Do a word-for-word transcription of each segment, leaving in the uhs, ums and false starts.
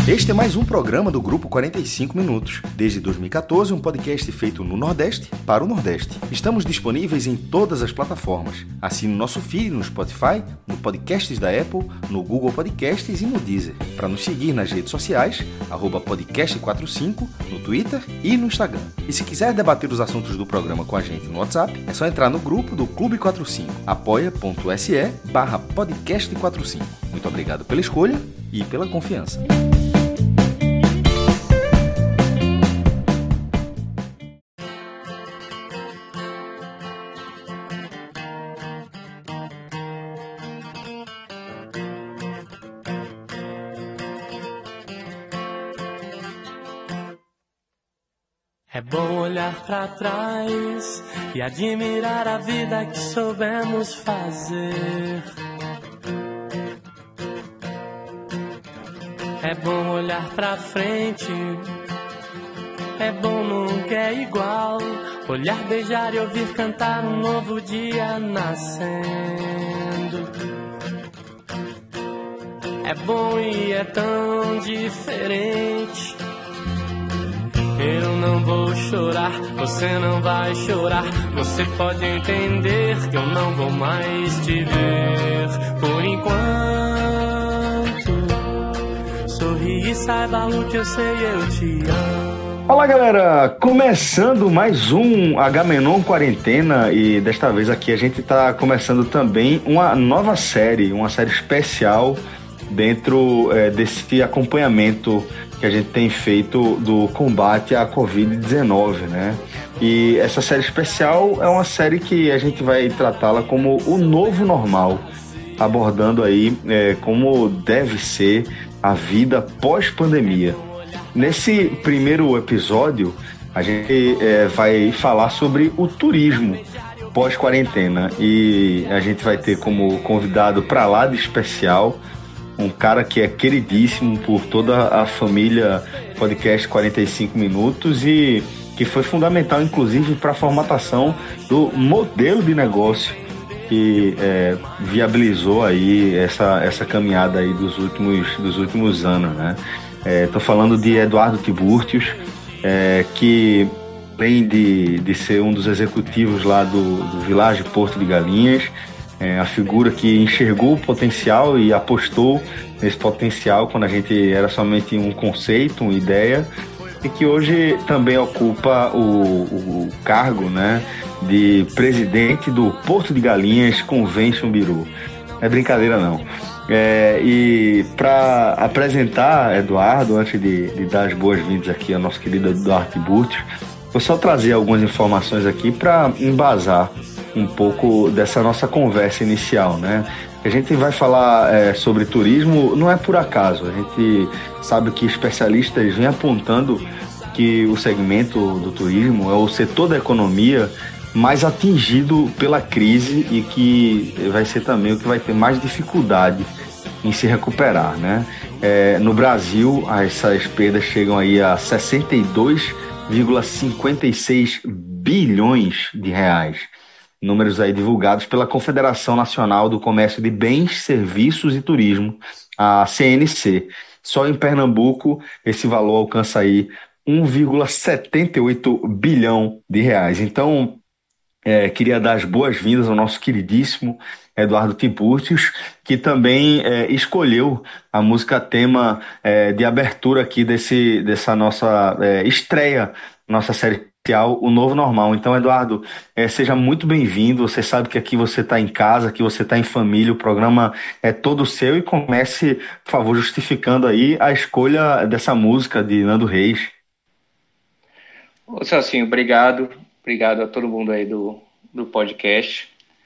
Este é mais um programa do Grupo quarenta e cinco Minutos. Desde dois mil e quatorze, um podcast feito no Nordeste para o Nordeste. Estamos disponíveis em todas as plataformas. Assine o nosso feed no Spotify, no Podcasts da Apple, no Google Podcasts e no Deezer. Para nos seguir nas redes sociais, arroba podcast quarenta e cinco, no Twitter e no Instagram. E se quiser debater os assuntos do programa com a gente no WhatsApp, é só entrar no grupo do Clube quarenta e cinco, apoia.se barra podcast quarenta e cinco. Muito obrigado pela escolha e pela confiança. É bom olhar pra trás e admirar a vida que soubemos fazer. É bom olhar pra frente, é bom nunca é igual. Olhar, beijar e ouvir cantar um novo dia nascendo. É bom e é tão diferente. Eu não vou chorar, você não vai chorar. Você pode entender que eu não vou mais te ver. Por enquanto, sorri e saiba o que eu sei, eu te amo. Olá galera, começando mais um Agamenon Quarentena. E desta vez aqui a gente está começando também uma nova série, uma série especial dentro é, desse acompanhamento que a gente tem feito do combate à covid dezenove, né? E essa série especial é uma série que a gente vai tratá-la como o novo normal, abordando aí é, como deve ser a vida pós-pandemia. Nesse primeiro episódio, a gente é, vai falar sobre o turismo pós-quarentena e a gente vai ter como convidado para lá de especial um cara que é queridíssimo por toda a família Podcast quarenta e cinco Minutos e que foi fundamental, inclusive, para a formatação do modelo de negócio que é, viabilizou aí essa, essa caminhada aí dos últimos, dos últimos anos, né? Estou é, falando de Eduardo Tiburtius, é, que além de, de ser um dos executivos lá do, do Village Porto de Galinhas, É a figura que enxergou o potencial e apostou nesse potencial quando a gente era somente um conceito, uma ideia, e que hoje também ocupa o, o cargo, né, de presidente do Porto de Galinhas Convention Bureau. Não é brincadeira não. É, e para apresentar Eduardo, antes de, de dar as boas-vindas aqui ao nosso querido Eduardo Tiburtius, vou só trazer algumas informações aqui para embasar um pouco dessa nossa conversa inicial, né? A gente vai falar é, sobre turismo, não é por acaso. A gente sabe que especialistas vêm apontando que o segmento do turismo é o setor da economia mais atingido pela crise e que vai ser também o que vai ter mais dificuldade em se recuperar, né? É, no Brasil, essas perdas chegam aí a sessenta e dois vírgula cinquenta e seis bilhões de reais. Números aí divulgados pela Confederação Nacional do Comércio de Bens, Serviços e Turismo, a C N C. Só em Pernambuco, esse valor alcança aí um vírgula setenta e oito bilhão de reais. Então, é, queria dar as boas-vindas ao nosso queridíssimo Eduardo Tiburtius, que também é, escolheu a música tema é, de abertura aqui desse, dessa nossa é, estreia, nossa série O Novo Normal. Então, Eduardo, é, seja muito bem-vindo. Você sabe que aqui você está em casa, que você está em família, o programa é todo seu e comece, por favor, justificando aí a escolha dessa música de Nando Reis. Ô, Celcinho, obrigado. Obrigado a todo mundo aí do, do podcast.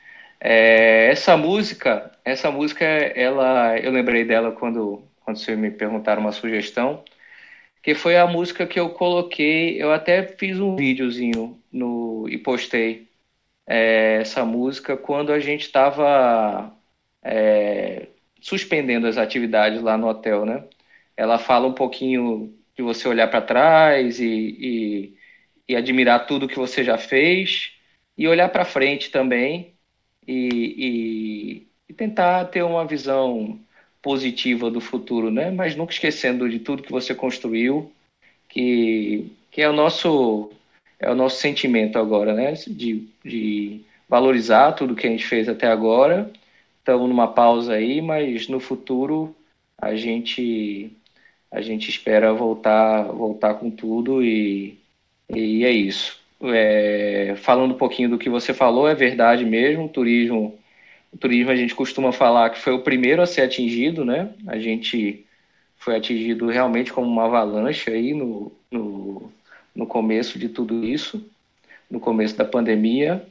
É, essa música, essa música, ela, eu lembrei dela quando, quando vocês me perguntaram uma sugestão, que foi a música que eu coloquei, eu até fiz um videozinho no, e postei é, essa música quando a gente estava é, suspendendo as atividades lá no hotel, né? Ela fala um pouquinho de você olhar para trás e, e, e admirar tudo que você já fez e olhar para frente também e, e, e tentar ter uma visão positiva do futuro, né? Mas nunca esquecendo de tudo que você construiu, que, que é o nosso é o nosso sentimento agora, né? De, de valorizar tudo que a gente fez até agora. Estamos numa pausa aí, mas no futuro a gente a gente espera voltar voltar com tudo e, e é isso. É, falando um pouquinho do que você falou, é verdade mesmo, o turismo O turismo a gente costuma falar que foi o primeiro a ser atingido, né? A gente foi atingido realmente como uma avalanche aí no, no, no começo de tudo isso, no começo da pandemia.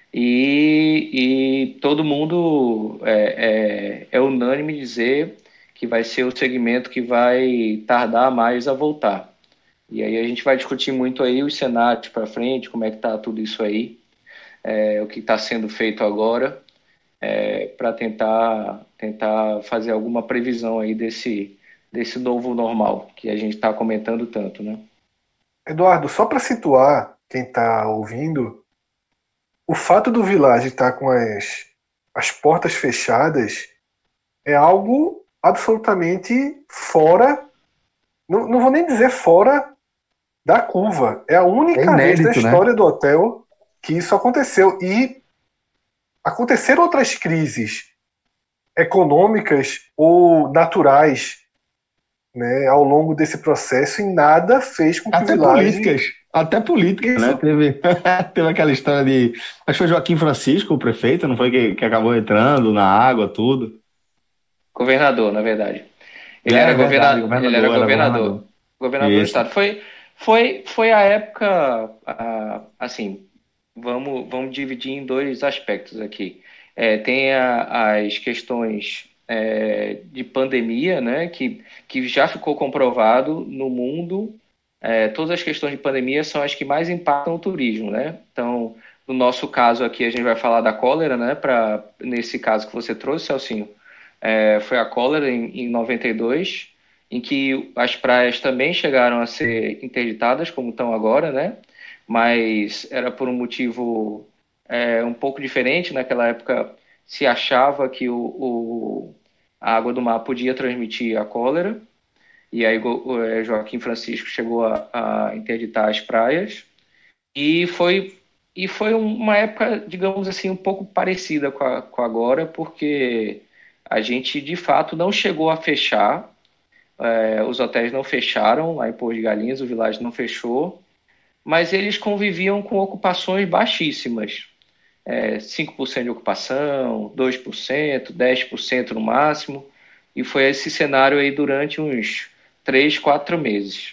E, e todo mundo é, é, é unânime dizer que vai ser o segmento que vai tardar mais a voltar. E aí a gente vai discutir muito aí os cenários para frente, como é que está tudo isso aí, é, o que está sendo feito agora. É, para tentar, tentar fazer alguma previsão aí desse, desse novo normal que a gente está comentando tanto, né? Eduardo, só para situar quem está ouvindo, o fato do Village estar com as, as portas fechadas é algo absolutamente fora, não, não vou nem dizer fora da curva. É a única É inédito, vez na história né? do hotel que isso aconteceu. E aconteceram outras crises econômicas ou naturais, né, ao longo desse processo, e nada fez com que o Até Village... políticas. Até políticas, né? Isso. Teve, teve aquela história de. Acho que foi Joaquim Francisco, o prefeito, não foi que, que acabou entrando na água, tudo. Governador, na verdade. Ele É era, verdade, governa... ele era governador, era governador. governador. Governador do Isso. estado. Foi, foi, foi a época, ah, assim, vamos, vamos dividir em dois aspectos aqui. É, tem a, as questões é, de pandemia, né, que, que já ficou comprovado no mundo. É, todas as questões de pandemia são as que mais impactam o turismo, né? Então, no nosso caso aqui, a gente vai falar da cólera, né? Pra, nesse caso que você trouxe, Celcinho, é, foi a cólera em, em noventa e dois, em que as praias também chegaram a ser interditadas, como estão agora, né? Mas era por um motivo é, um pouco diferente. Naquela época se achava que o, o, a água do mar podia transmitir a cólera, e aí Joaquim Francisco chegou a, a interditar as praias, e foi, e foi uma época, digamos assim, um pouco parecida com, a, com agora, porque a gente, de fato, não chegou a fechar, é, os hotéis não fecharam, lá em Porto de Galinhas, o Village não fechou, mas eles conviviam com ocupações baixíssimas, é, cinco por cento de ocupação, dois por cento, dez por cento no máximo, e foi esse cenário aí durante uns três, quatro meses.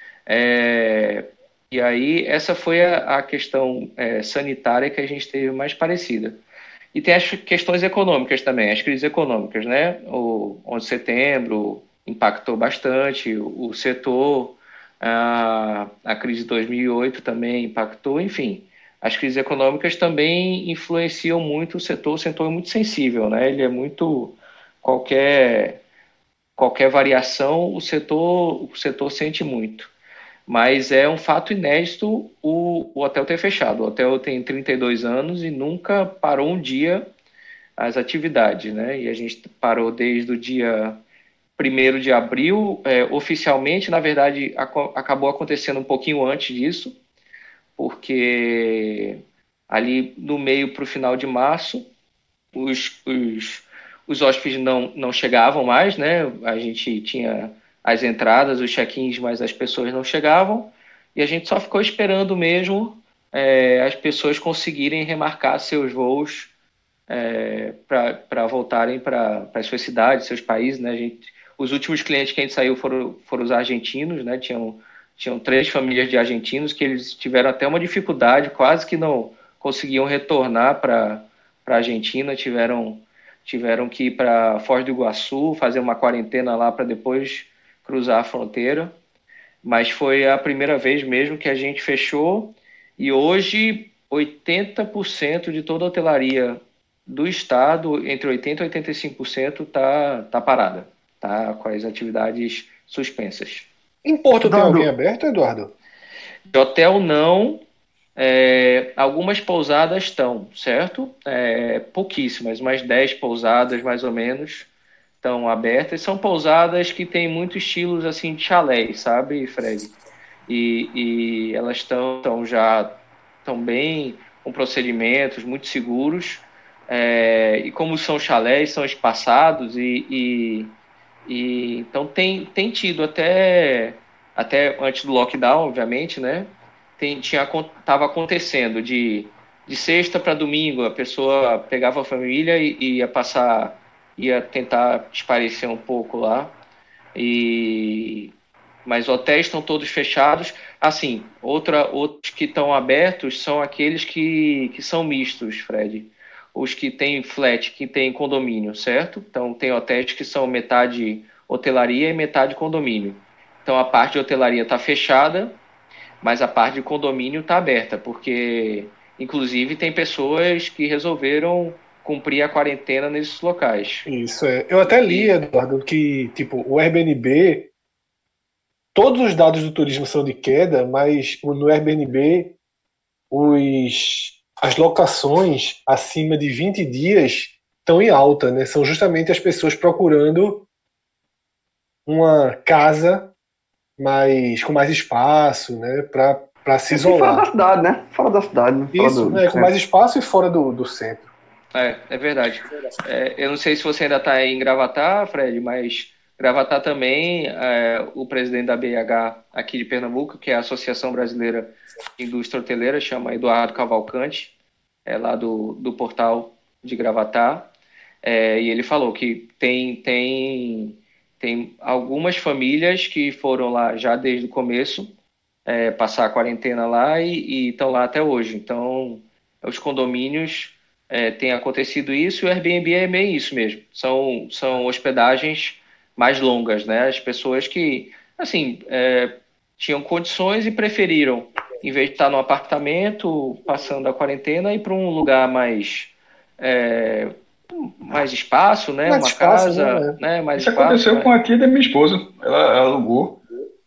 É, e aí essa foi a, a questão é, sanitária que a gente teve mais parecida. E tem as questões econômicas também, as crises econômicas, né? O onze de setembro impactou bastante o, o setor, a, a crise de dois mil e oito também impactou, enfim. As crises econômicas também influenciam muito o setor, o setor é muito sensível, né? Ele é muito... qualquer... qualquer variação, o setor, o setor sente muito. Mas é um fato inédito o, o hotel ter fechado. O hotel tem trinta e dois anos e nunca parou um dia as atividades, né? E a gente parou desde o dia primeiro de abril. É, oficialmente, na verdade, ac- acabou acontecendo um pouquinho antes disso, porque ali no meio para o final de março, os, os os hóspedes não, não chegavam mais, né? A gente tinha as entradas, os check-ins, mas as pessoas não chegavam, e a gente só ficou esperando mesmo é, as pessoas conseguirem remarcar seus voos é, para voltarem para as suas cidades, seus países, né? A gente, os últimos clientes que a gente saiu foram, foram os argentinos, né? Tinham, tinham três famílias de argentinos que eles tiveram até uma dificuldade, quase que não conseguiam retornar para a Argentina, tiveram tiveram que ir para Foz do Iguaçu, fazer uma quarentena lá para depois cruzar a fronteira. Mas foi a primeira vez mesmo que a gente fechou, e hoje oitenta por cento de toda a hotelaria do estado, entre oitenta por cento e oitenta e cinco por cento, está tá parada, tá com as atividades suspensas. Em Porto tem Eduardo, alguém aberto, Eduardo? De hotel não, é, algumas pousadas estão, certo? É, pouquíssimas, umas dez pousadas mais ou menos estão abertas. São pousadas que têm muitos estilos assim de chalé, sabe, Fred? E, e elas estão já estão bem com procedimentos muito seguros. É, e como são chalés, são espaçados e, e, e então tem, tem tido até, até antes do lockdown, obviamente, né? Tem, tinha, tava acontecendo de, de sexta para domingo, a pessoa pegava a família e, e ia passar, ia tentar espairecer um pouco lá. E mas hotéis estão todos fechados. Assim, outra, outros que estão abertos são aqueles que, que são mistos, Fred. Os que têm flat, que têm condomínio, certo? Então, tem hotéis que são metade hotelaria e metade condomínio. Então, a parte de hotelaria está fechada, mas a parte de condomínio está aberta, porque, inclusive, tem pessoas que resolveram cumprir a quarentena nesses locais. Isso é. Eu até li, Eduardo, que tipo o Airbnb, todos os dados do turismo são de queda, mas no Airbnb os, as locações acima de vinte dias estão em alta, né? São justamente as pessoas procurando uma casa mais com mais espaço, né? Para se isolar. Fora da cidade, né? Fora da cidade. Né? Fora Isso, do, né? do Com mais espaço e fora do, do centro. É, é verdade. É, eu não sei se você ainda está em Gravatá, Fred, mas Gravatá também, é, o presidente da B I H aqui de Pernambuco, que é a Associação Brasileira de Indústria Hoteleira, chama Eduardo Cavalcante, é lá do, do portal de Gravatá, é, e ele falou que tem, tem, tem algumas famílias que foram lá já desde o começo, é, passar a quarentena lá e estão lá até hoje. Então, os condomínios... É, tem acontecido isso, e o Airbnb é meio isso mesmo. São, são hospedagens mais longas, né? As pessoas que, assim, é, tinham condições e preferiram, em vez de estar no apartamento, passando a quarentena, ir para um lugar mais... É, mais espaço, né? Mais Uma espaço, casa, né? né? Mais Isso espaço, aconteceu né? com a tia da minha esposa. Ela, ela alugou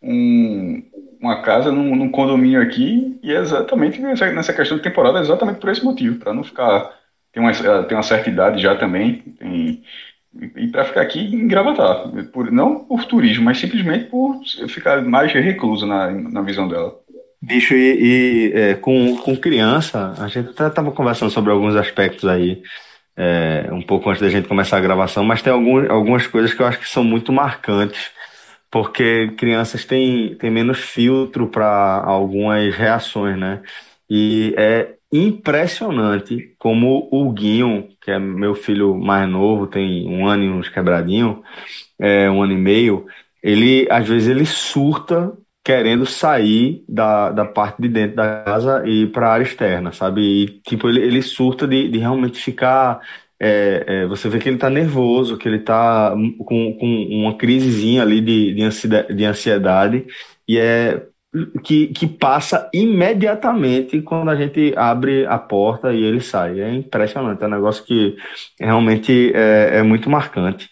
um, uma casa num, num condomínio aqui, e é exatamente nessa, nessa questão de temporada, é exatamente por esse motivo, para não ficar. Tem uma, ela tem uma certa idade já também, tem, e para ficar aqui em Gravatá. Por, não por turismo, mas simplesmente por ficar mais reclusa na, na visão dela. Bicho, e, e, é, com, com criança, a gente até estava conversando sobre alguns aspectos aí, é, um pouco antes da gente começar a gravação, mas tem algum, algumas coisas que eu acho que são muito marcantes, porque crianças têm, têm menos filtro para algumas reações, né? E é impressionante como o Guinho, que é meu filho mais novo, tem um ano e uns quebradinho, é, um ano e meio, ele, às vezes, ele surta querendo sair da, da parte de dentro da casa e ir para a área externa, sabe? E, tipo, ele, ele surta de, de realmente ficar... é, é, você vê que ele tá nervoso, que ele tá com, com uma crisezinha ali de, de ansiedade, de ansiedade, e é que, que passa imediatamente quando a gente abre a porta e ele sai. É impressionante, é um negócio que realmente é, é muito marcante.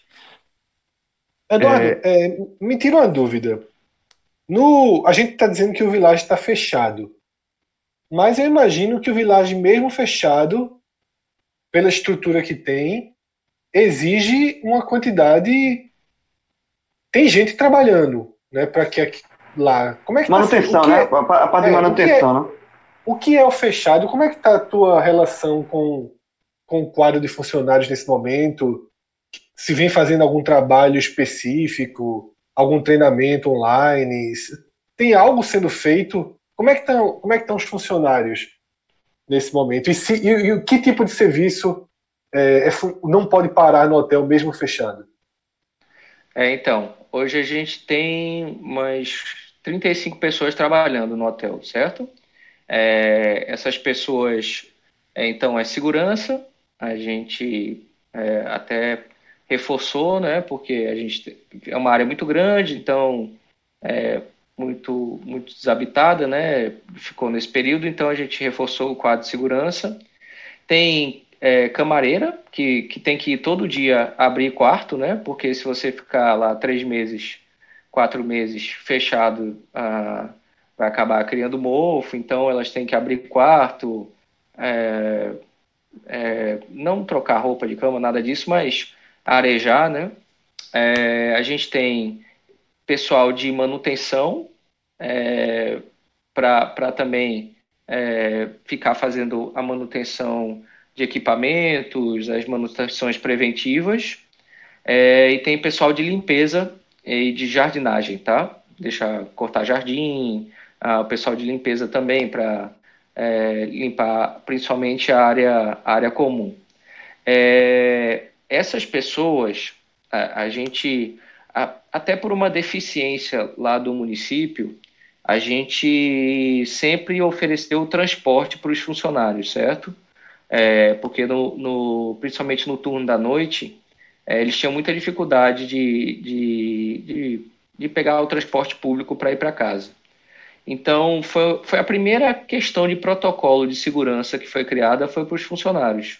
Eduardo, É, é, me tira uma dúvida. No, a gente está dizendo que o Village está fechado, mas eu imagino que o Village, mesmo fechado, pela estrutura que tem, exige uma quantidade. Tem gente trabalhando, né, para que aqui- lá. Como é que tá sendo? Manutenção, O que né? é- A pa- a parte de é, o que é- manutenção, né? O que é o fechado? Como é que está a tua relação com, com o quadro de funcionários nesse momento? Se vem fazendo algum trabalho específico, algum treinamento online? Se- Tem algo sendo feito? Como é que estão, como é que estão os funcionários nesse momento? E, se, e, e o que tipo de serviço é, é fu- não pode parar no hotel mesmo fechado? É, então, hoje a gente tem umas trinta e cinco pessoas trabalhando no hotel, certo? É, essas pessoas, é, então, é segurança, a gente é, até reforçou, né? Porque a gente é uma área muito grande, então é muito, muito desabitada, né? Ficou nesse período, então a gente reforçou o quadro de segurança. Tem é, camareira, que, que tem que ir todo dia abrir quarto, né? Porque se você ficar lá três meses, quatro meses fechado, ah, vai acabar criando mofo, então elas têm que abrir quarto, é, é, não trocar roupa de cama, nada disso, mas arejar, né? é, a gente tem pessoal de manutenção é, para também é, ficar fazendo a manutenção de equipamentos, as manutenções preventivas, é, e tem pessoal de limpeza e de jardinagem, tá? Deixa cortar jardim, ah, o pessoal de limpeza também para é, limpar principalmente a área, a área comum. É, essas pessoas, a, a gente, a, até por uma deficiência lá do município, a gente sempre ofereceu transporte para os funcionários, certo? É, porque no, no, principalmente no turno da noite, é, eles tinham muita dificuldade de, de, de, de pegar o transporte público para ir para casa. Então, foi, foi a primeira questão de protocolo de segurança que foi criada, foi para os funcionários.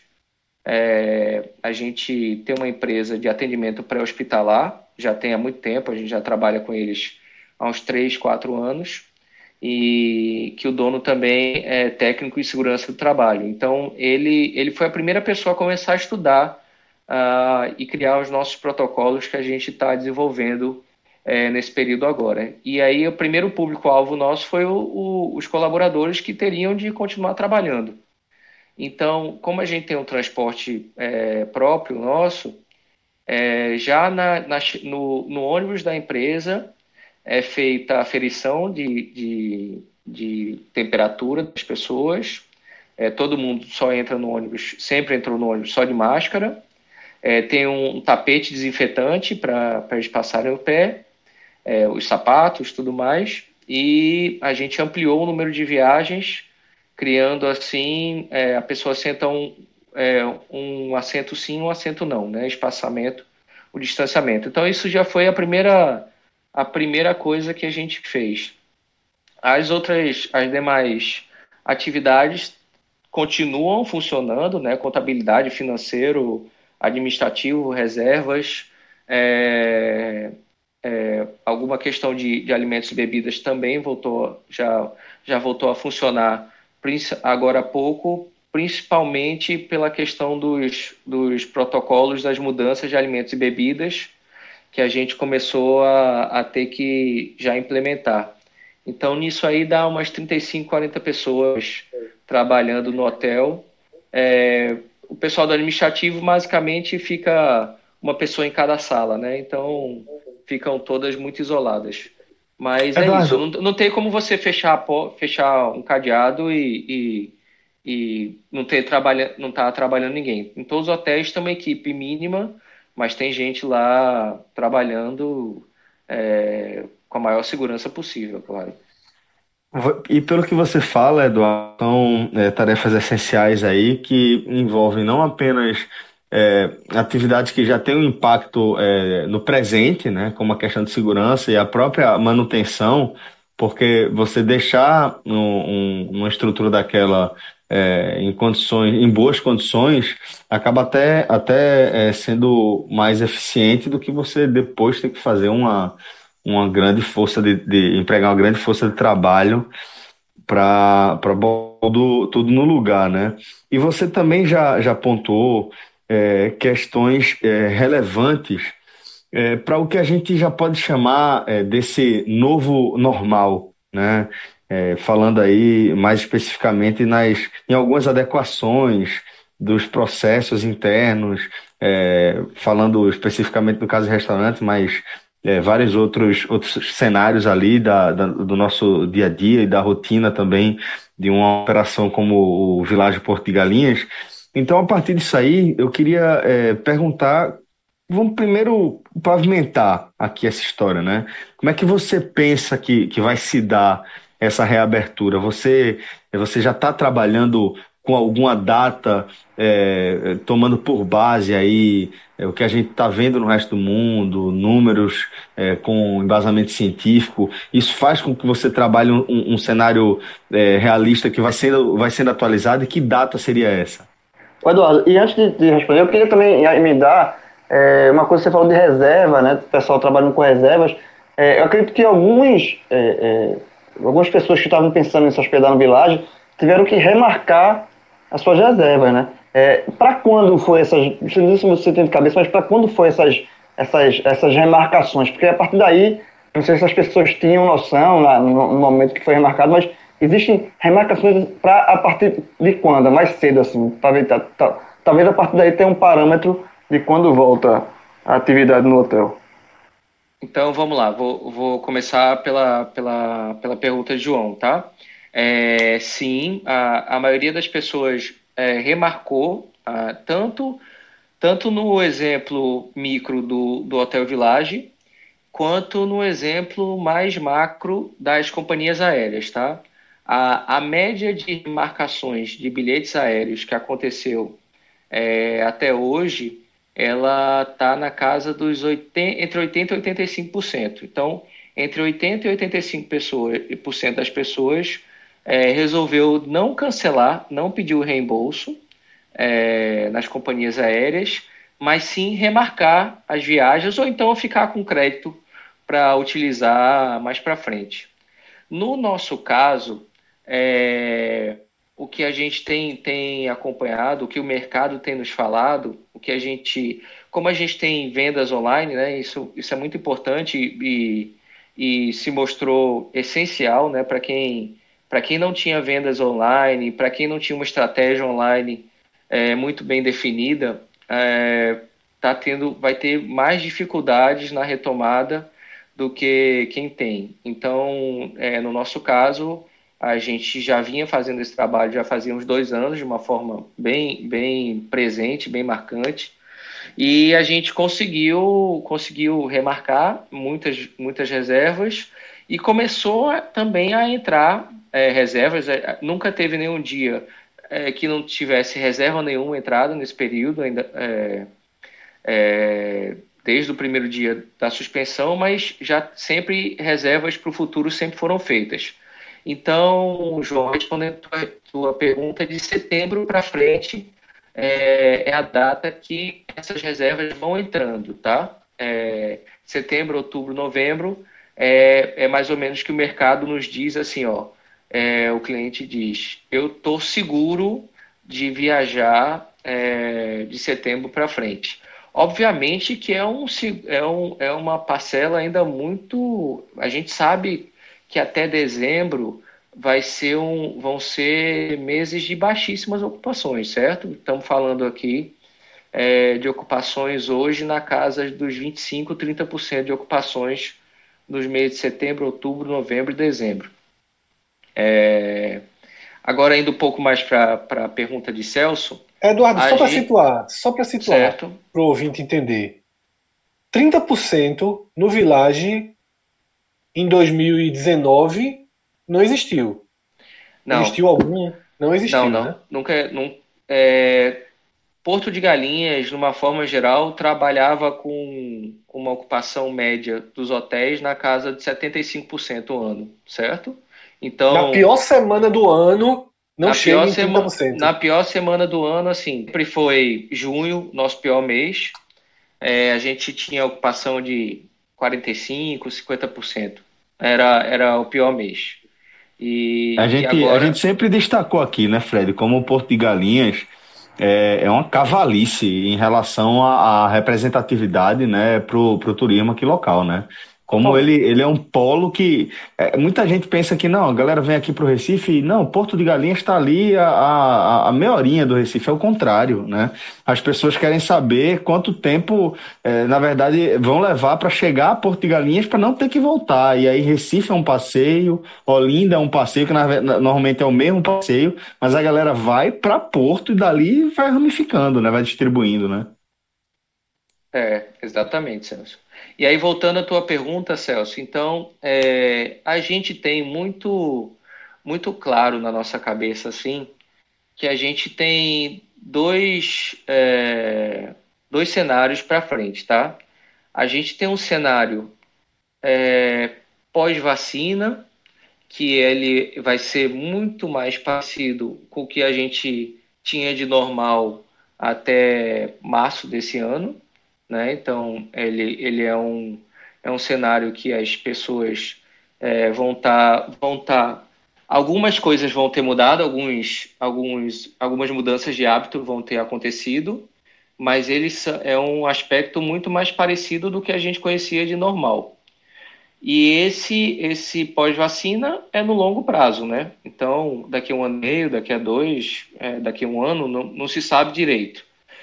É, a gente tem uma empresa de atendimento pré-hospitalar, já tem há muito tempo, a gente já trabalha com eles há uns três, quatro anos, e que o dono também é técnico em segurança do trabalho. Então, ele, ele foi a primeira pessoa a começar a estudar uh, e criar os nossos protocolos que a gente está desenvolvendo é, nesse período agora. E aí, o primeiro público-alvo nosso foi o, o, os colaboradores que teriam de continuar trabalhando. Então, como a gente tem um transporte é, próprio nosso, é, já na, na, no, no ônibus da empresa é feita a aferição de, de, de temperatura das pessoas, é, todo mundo só entra no ônibus, sempre entrou no ônibus só de máscara, é, tem um tapete desinfetante para eles passarem o pé, é, os sapatos, tudo mais, e a gente ampliou o número de viagens, criando assim, é, a pessoa senta um, é, um assento sim, um assento não, né? Espaçamento, o distanciamento. Então isso já foi a primeira, a primeira coisa que a gente fez. As outras, as demais atividades continuam funcionando, né? Contabilidade, financeiro, administrativo, reservas, é, é, alguma questão de, de alimentos e bebidas também voltou, já, já voltou a funcionar agora há pouco, principalmente pela questão dos, dos protocolos das mudanças de alimentos e bebidas que a gente começou a, a ter que já implementar. Então, nisso aí dá umas trinta e cinco, quarenta pessoas trabalhando no hotel. É, o pessoal do administrativo, basicamente, fica uma pessoa em cada sala, né? Então, ficam todas muito isoladas. Mas Eduardo, é isso, não, não tem como você fechar, fechar um cadeado e, e, e não ter trabalha, não tá trabalhando ninguém. Em todos os hotéis tem uma equipe mínima, mas tem gente lá trabalhando é, com a maior segurança possível, claro. E pelo que você fala, Eduardo, são é, tarefas essenciais aí que envolvem não apenas é, atividades que já têm um impacto é, no presente, né, como a questão de segurança e a própria manutenção, porque você deixar um, um, uma estrutura daquela é, em condições, em boas condições, acaba até, até é, sendo mais eficiente do que você depois ter que fazer uma, uma grande força de, de empregar uma grande força de trabalho para botar tudo, tudo no lugar, né? E você também já, já apontou é, questões é, relevantes é, para o que a gente já pode chamar é, desse novo normal, né? É, falando aí mais especificamente nas, em algumas adequações dos processos internos, é, falando especificamente do caso do restaurante, mas é, vários outros, outros cenários ali da, da, do nosso dia a dia e da rotina também de uma operação como o Világio Porto de Galinhas. Então, a partir disso aí, eu queria é, perguntar, vamos primeiro pavimentar aqui essa história, né? Como é que você pensa que, que vai se dar essa reabertura? Você, você já está trabalhando com alguma data, é, tomando por base aí é, o que a gente está vendo no resto do mundo, números é, com embasamento científico? Isso faz com que você trabalhe um, um cenário é, realista que vai sendo, vai sendo atualizado, e que data seria essa? Eduardo, e antes de, de responder, eu queria também emendar é, uma coisa que você falou de reserva, né? O pessoal trabalhando com reservas. É, eu acredito que alguns, é, é, algumas pessoas que estavam pensando em se hospedar no Világio tiveram que remarcar as suas reservas, né? É, para quando foi essas... Não sei se você tem de cabeça, mas para quando foi essas essas, essas remarcações? Porque a partir daí, não sei se as pessoas tinham noção lá, no, no momento que foi remarcado, mas existem remarcações pra, a partir de quando? Mais cedo, assim, talvez, tá, tá, talvez a partir daí tenha um parâmetro de quando volta a atividade no hotel. Então vamos lá, vou, vou começar pela, pela, pela pergunta de João, tá? É, sim, a, a maioria das pessoas é, remarcou, ah, tanto, tanto no exemplo micro do, do Hotel Village, quanto no exemplo mais macro das companhias aéreas, tá? A, a média de marcações de bilhetes aéreos que aconteceu é, até hoje, ela está na casa dos oitenta, entre oitenta e oitenta e cinco por cento. Então, entre oitenta e oitenta e cinco por cento das pessoas é, resolveu não cancelar, não pedir o reembolso é, nas companhias aéreas, mas sim remarcar as viagens ou então ficar com crédito para utilizar mais para frente. No nosso caso, é, o que a gente tem, tem acompanhado, o que o mercado tem nos falado, o que a gente, como a gente tem vendas online, né, isso, isso é muito importante e, e se mostrou essencial, né, para quem, para quem não tinha vendas online, para quem não tinha uma estratégia online é, muito bem definida, é, tá tendo, vai ter mais dificuldades na retomada do que quem tem. Então, é, no nosso caso, a gente já vinha fazendo esse trabalho já fazia uns dois anos, de uma forma bem, bem presente, bem marcante, e a gente conseguiu, conseguiu remarcar muitas, muitas reservas e começou a, também a entrar é, reservas. É, nunca teve nenhum dia é, que não tivesse reserva nenhuma entrada nesse período, ainda é, é, desde o primeiro dia da suspensão, mas já sempre reservas para o futuro sempre foram feitas. Então, João, respondendo a tua, tua pergunta, de setembro para frente é, é a data que essas reservas vão entrando, tá? É, setembro, outubro, novembro é, é mais ou menos que o mercado nos diz assim, ó, é, o cliente diz, eu estou seguro de viajar é, de setembro para frente. Obviamente que é, um, é, um, é uma parcela ainda muito... A gente sabe que até dezembro vai ser um, vão ser meses de baixíssimas ocupações, certo? Estamos falando aqui é, de ocupações hoje na casa dos vinte e cinco, trinta por cento de ocupações nos meses de setembro, outubro, novembro e dezembro. É, agora, indo um pouco mais para a pergunta de Celso... Eduardo, só para situar, só para situar, para o ouvinte entender. trinta por cento no Village em dois mil e dezenove não existiu. Não. Existiu algum? Não existiu, Não, não. Né? Nunca, não, é, Porto de Galinhas, de uma forma geral, trabalhava com, com uma ocupação média dos hotéis na casa de setenta e cinco por cento ao ano, certo? Então, na pior semana do ano, não na chega pior em trinta por cento. Sema, na pior semana do ano, assim, sempre foi junho, nosso pior mês. É, a gente tinha ocupação de quarenta e cinco por cento, cinquenta por cento. Era, era o pior mês. E, a, gente, e agora... a gente sempre destacou aqui, né, Fred, como o Porto de Galinhas é, é uma cavalice em relação à, à representatividade, né, para o turismo aqui local, né? Como ele, ele é um polo que... É, muita gente pensa que não, a galera vem aqui para o Recife e não, Porto de Galinhas está ali a, a, a meia horinha do Recife, é o contrário, né? As pessoas querem saber quanto tempo, é, na verdade, vão levar para chegar a Porto de Galinhas para não ter que voltar. E aí Recife é um passeio, Olinda é um passeio, que na, normalmente é o mesmo passeio, mas a galera vai para Porto e dali vai ramificando, né? Vai distribuindo, né? É, exatamente, Celso. E aí, voltando à tua pergunta, Celso, então, é, a gente tem muito, muito claro na nossa cabeça, assim, que a gente tem dois, é, dois cenários para frente, tá? A gente tem um cenário é, pós-vacina, que ele vai ser muito mais parecido com o que a gente tinha de normal até março desse ano, né? Então, ele, ele é, um, é um cenário que as pessoas é, vão estar... Tá, vão tá, algumas coisas vão ter mudado, alguns, alguns, algumas mudanças de hábito vão ter acontecido, mas ele sa- é um aspecto muito mais parecido do que a gente conhecia de normal. E esse, esse pós-vacina é no longo prazo, né? Então, daqui a um ano e meio, daqui a dois, é, daqui a um ano, não, não se sabe direito.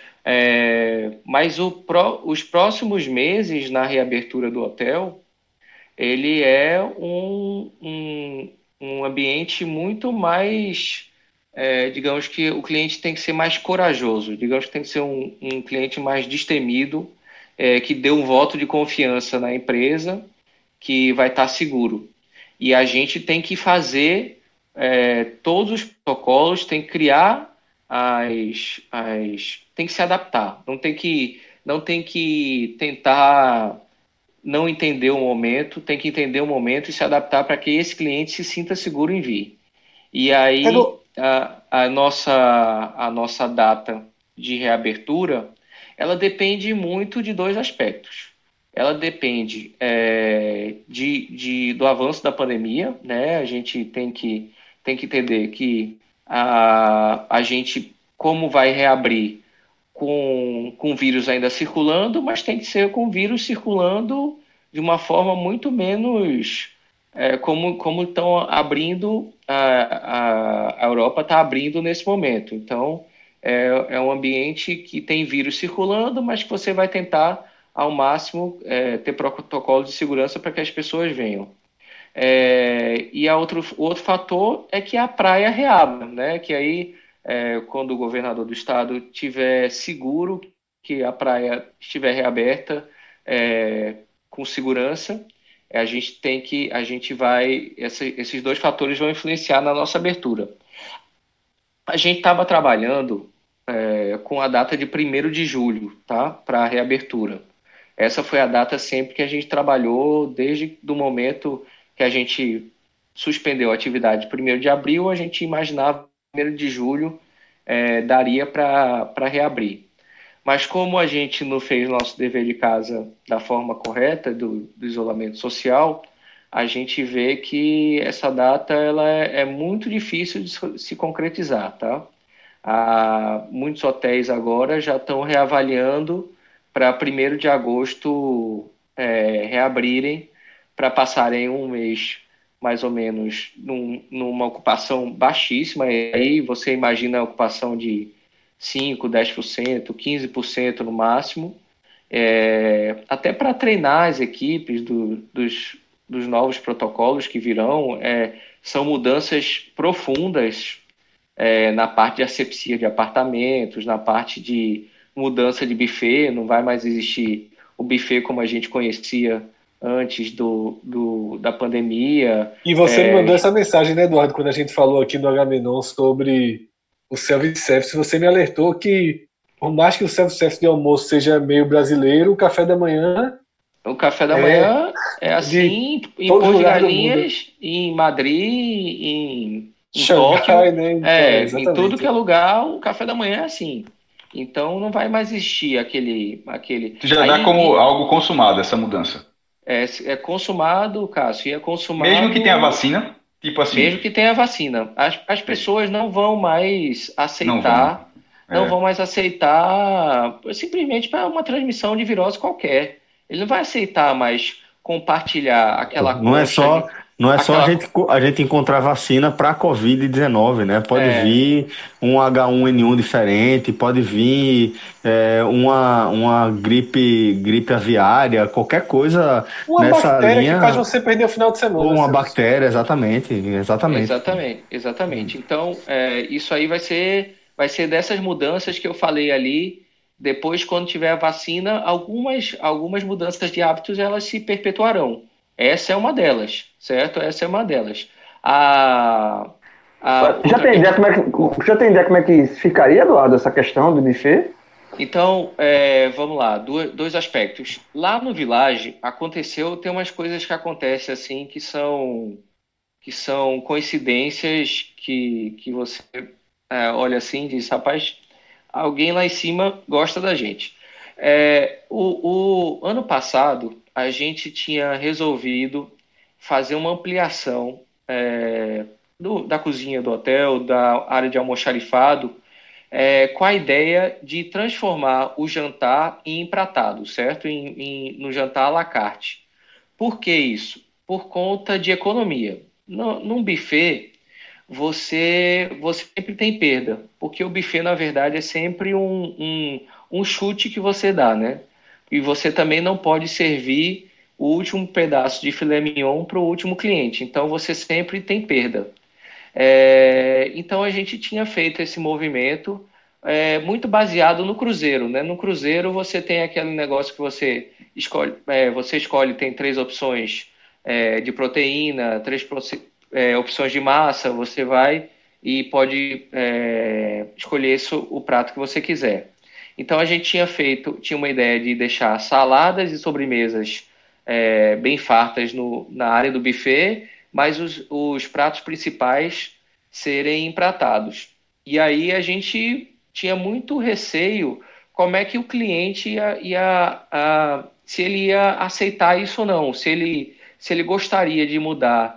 É, mas o pró- os próximos meses na reabertura do hotel, ele é um, um, um ambiente muito mais, é, digamos que o cliente tem que ser mais corajoso, digamos que tem que ser um, um cliente mais destemido, é, que dê um voto de confiança na empresa, que vai estar seguro. E a gente tem que fazer é, todos os protocolos, tem que criar as, as, tem que se adaptar, não tem que, não tem que tentar não entender o momento, tem que entender o momento e se adaptar para que esse cliente se sinta seguro em vir. E aí Edu, a, a nossa, a nossa data de reabertura, ela depende muito de dois aspectos. Ela depende é, de, de, do avanço da pandemia, né? A gente tem que, tem que entender que a, a gente, como vai reabrir com, com o vírus ainda circulando, mas tem que ser com o vírus circulando de uma forma muito menos é, como como estão abrindo a, a, a Europa está abrindo nesse momento. Então é, é um ambiente que tem vírus circulando, mas que você vai tentar ao máximo é, ter protocolo de segurança para que as pessoas venham. É, e a outro, o outro fator é que a praia reabra, né? Que aí, é, quando o governador do estado tiver seguro que a praia estiver reaberta, é, com segurança, a gente tem que, a gente vai, essa, esses dois fatores vão influenciar na nossa abertura. A gente estava trabalhando é, com a data de primeiro de julho, tá? Para a reabertura. Essa foi a data sempre que a gente trabalhou, desde o momento que a gente suspendeu a atividade primeiro de abril, a gente imaginava que primeiro de julho é, daria para reabrir. Mas como a gente não fez nosso dever de casa da forma correta, do, do isolamento social, a gente vê que essa data ela é, é muito difícil de se concretizar, tá? Ah, muitos hotéis agora já estão reavaliando para primeiro de agosto é, reabrirem, para passarem um mês mais ou menos num, numa ocupação baixíssima. E aí você imagina a ocupação de cinco, dez por cento, quinze por cento no máximo, é, até para treinar as equipes do, dos, dos novos protocolos que virão. É, são mudanças profundas é, na parte de asepsia de apartamentos, na parte de mudança de buffet. Não vai mais existir o buffet como a gente conhecia antes do, do, da pandemia. e você me É, mandou essa mensagem, né, Eduardo, quando a gente falou aqui no Agamenon sobre o self-service, você me alertou que, por mais que o self-service de almoço seja meio brasileiro, o café da manhã o café da é manhã é assim em todo Porto de lugar do mundo. Galinhas, em Madrid, em, em Xangai, Tóquio, né? Então, é, em exatamente. tudo que é lugar, o café da manhã é assim. Então não vai mais existir aquele. aquele... Já Aí, dá como e- algo consumado essa mudança. é, é consumado, Cássio, e é consumado. Mesmo que tenha vacina, tipo assim, Mesmo que tenha vacina. As, as pessoas não vão mais não vão. aceitar, não É. vão mais aceitar simplesmente para uma transmissão de virose qualquer. Ele não vai aceitar mais compartilhar aquela Não é concha, só, não é só a aquela, gente, co- a gente encontrar vacina para a covid dezenove, né? Pode é, vir um agá um ene um diferente, pode vir é, uma, uma gripe, gripe aviária, qualquer coisa Uma nessa bactéria que faz linha, você perder o final de semana. ou uma Celso. bactéria, exatamente, exatamente. exatamente, exatamente. Então, é, isso aí vai ser, vai ser dessas mudanças que eu falei ali. Depois, quando tiver a vacina, algumas, algumas mudanças de hábitos elas se perpetuarão. Essa é uma delas, certo? Essa é uma delas. A, a Já outra tem ideia como é que, já tem ideia como é que ficaria, Eduardo, essa questão do buffet? Então, é, vamos lá, dois, dois aspectos. Lá no Village aconteceu, tem umas coisas que acontecem assim que são que são coincidências que, que você é, olha assim e diz, rapaz, alguém lá em cima gosta da gente. É, o, o ano passado a gente tinha resolvido fazer uma ampliação é, do- da cozinha do hotel, da área de almoxarifado, é, com a ideia de transformar o jantar em empratado, certo? Em, em, no jantar à la carte. Por que isso? Por conta de economia. No, num buffet, você, você sempre tem perda, porque o buffet, na verdade, é sempre um, um, um chute que você dá, né? E você também não pode servir o último pedaço de filé mignon para o último cliente, então você sempre tem perda. É, então a gente tinha feito esse movimento é, muito baseado no cruzeiro, né? No cruzeiro você tem aquele negócio que você escolhe, é, você escolhe, tem três opções é, de proteína, três proce- é, opções de massa, você vai e pode é, escolher isso, o prato que você quiser. Então a gente tinha feito, tinha uma ideia de deixar saladas e sobremesas é, bem fartas no, na área do buffet, mas os, os pratos principais serem empratados. E aí a gente tinha muito receio como é que o cliente ia, ia a, se ele ia aceitar isso ou não, se ele, se ele gostaria de mudar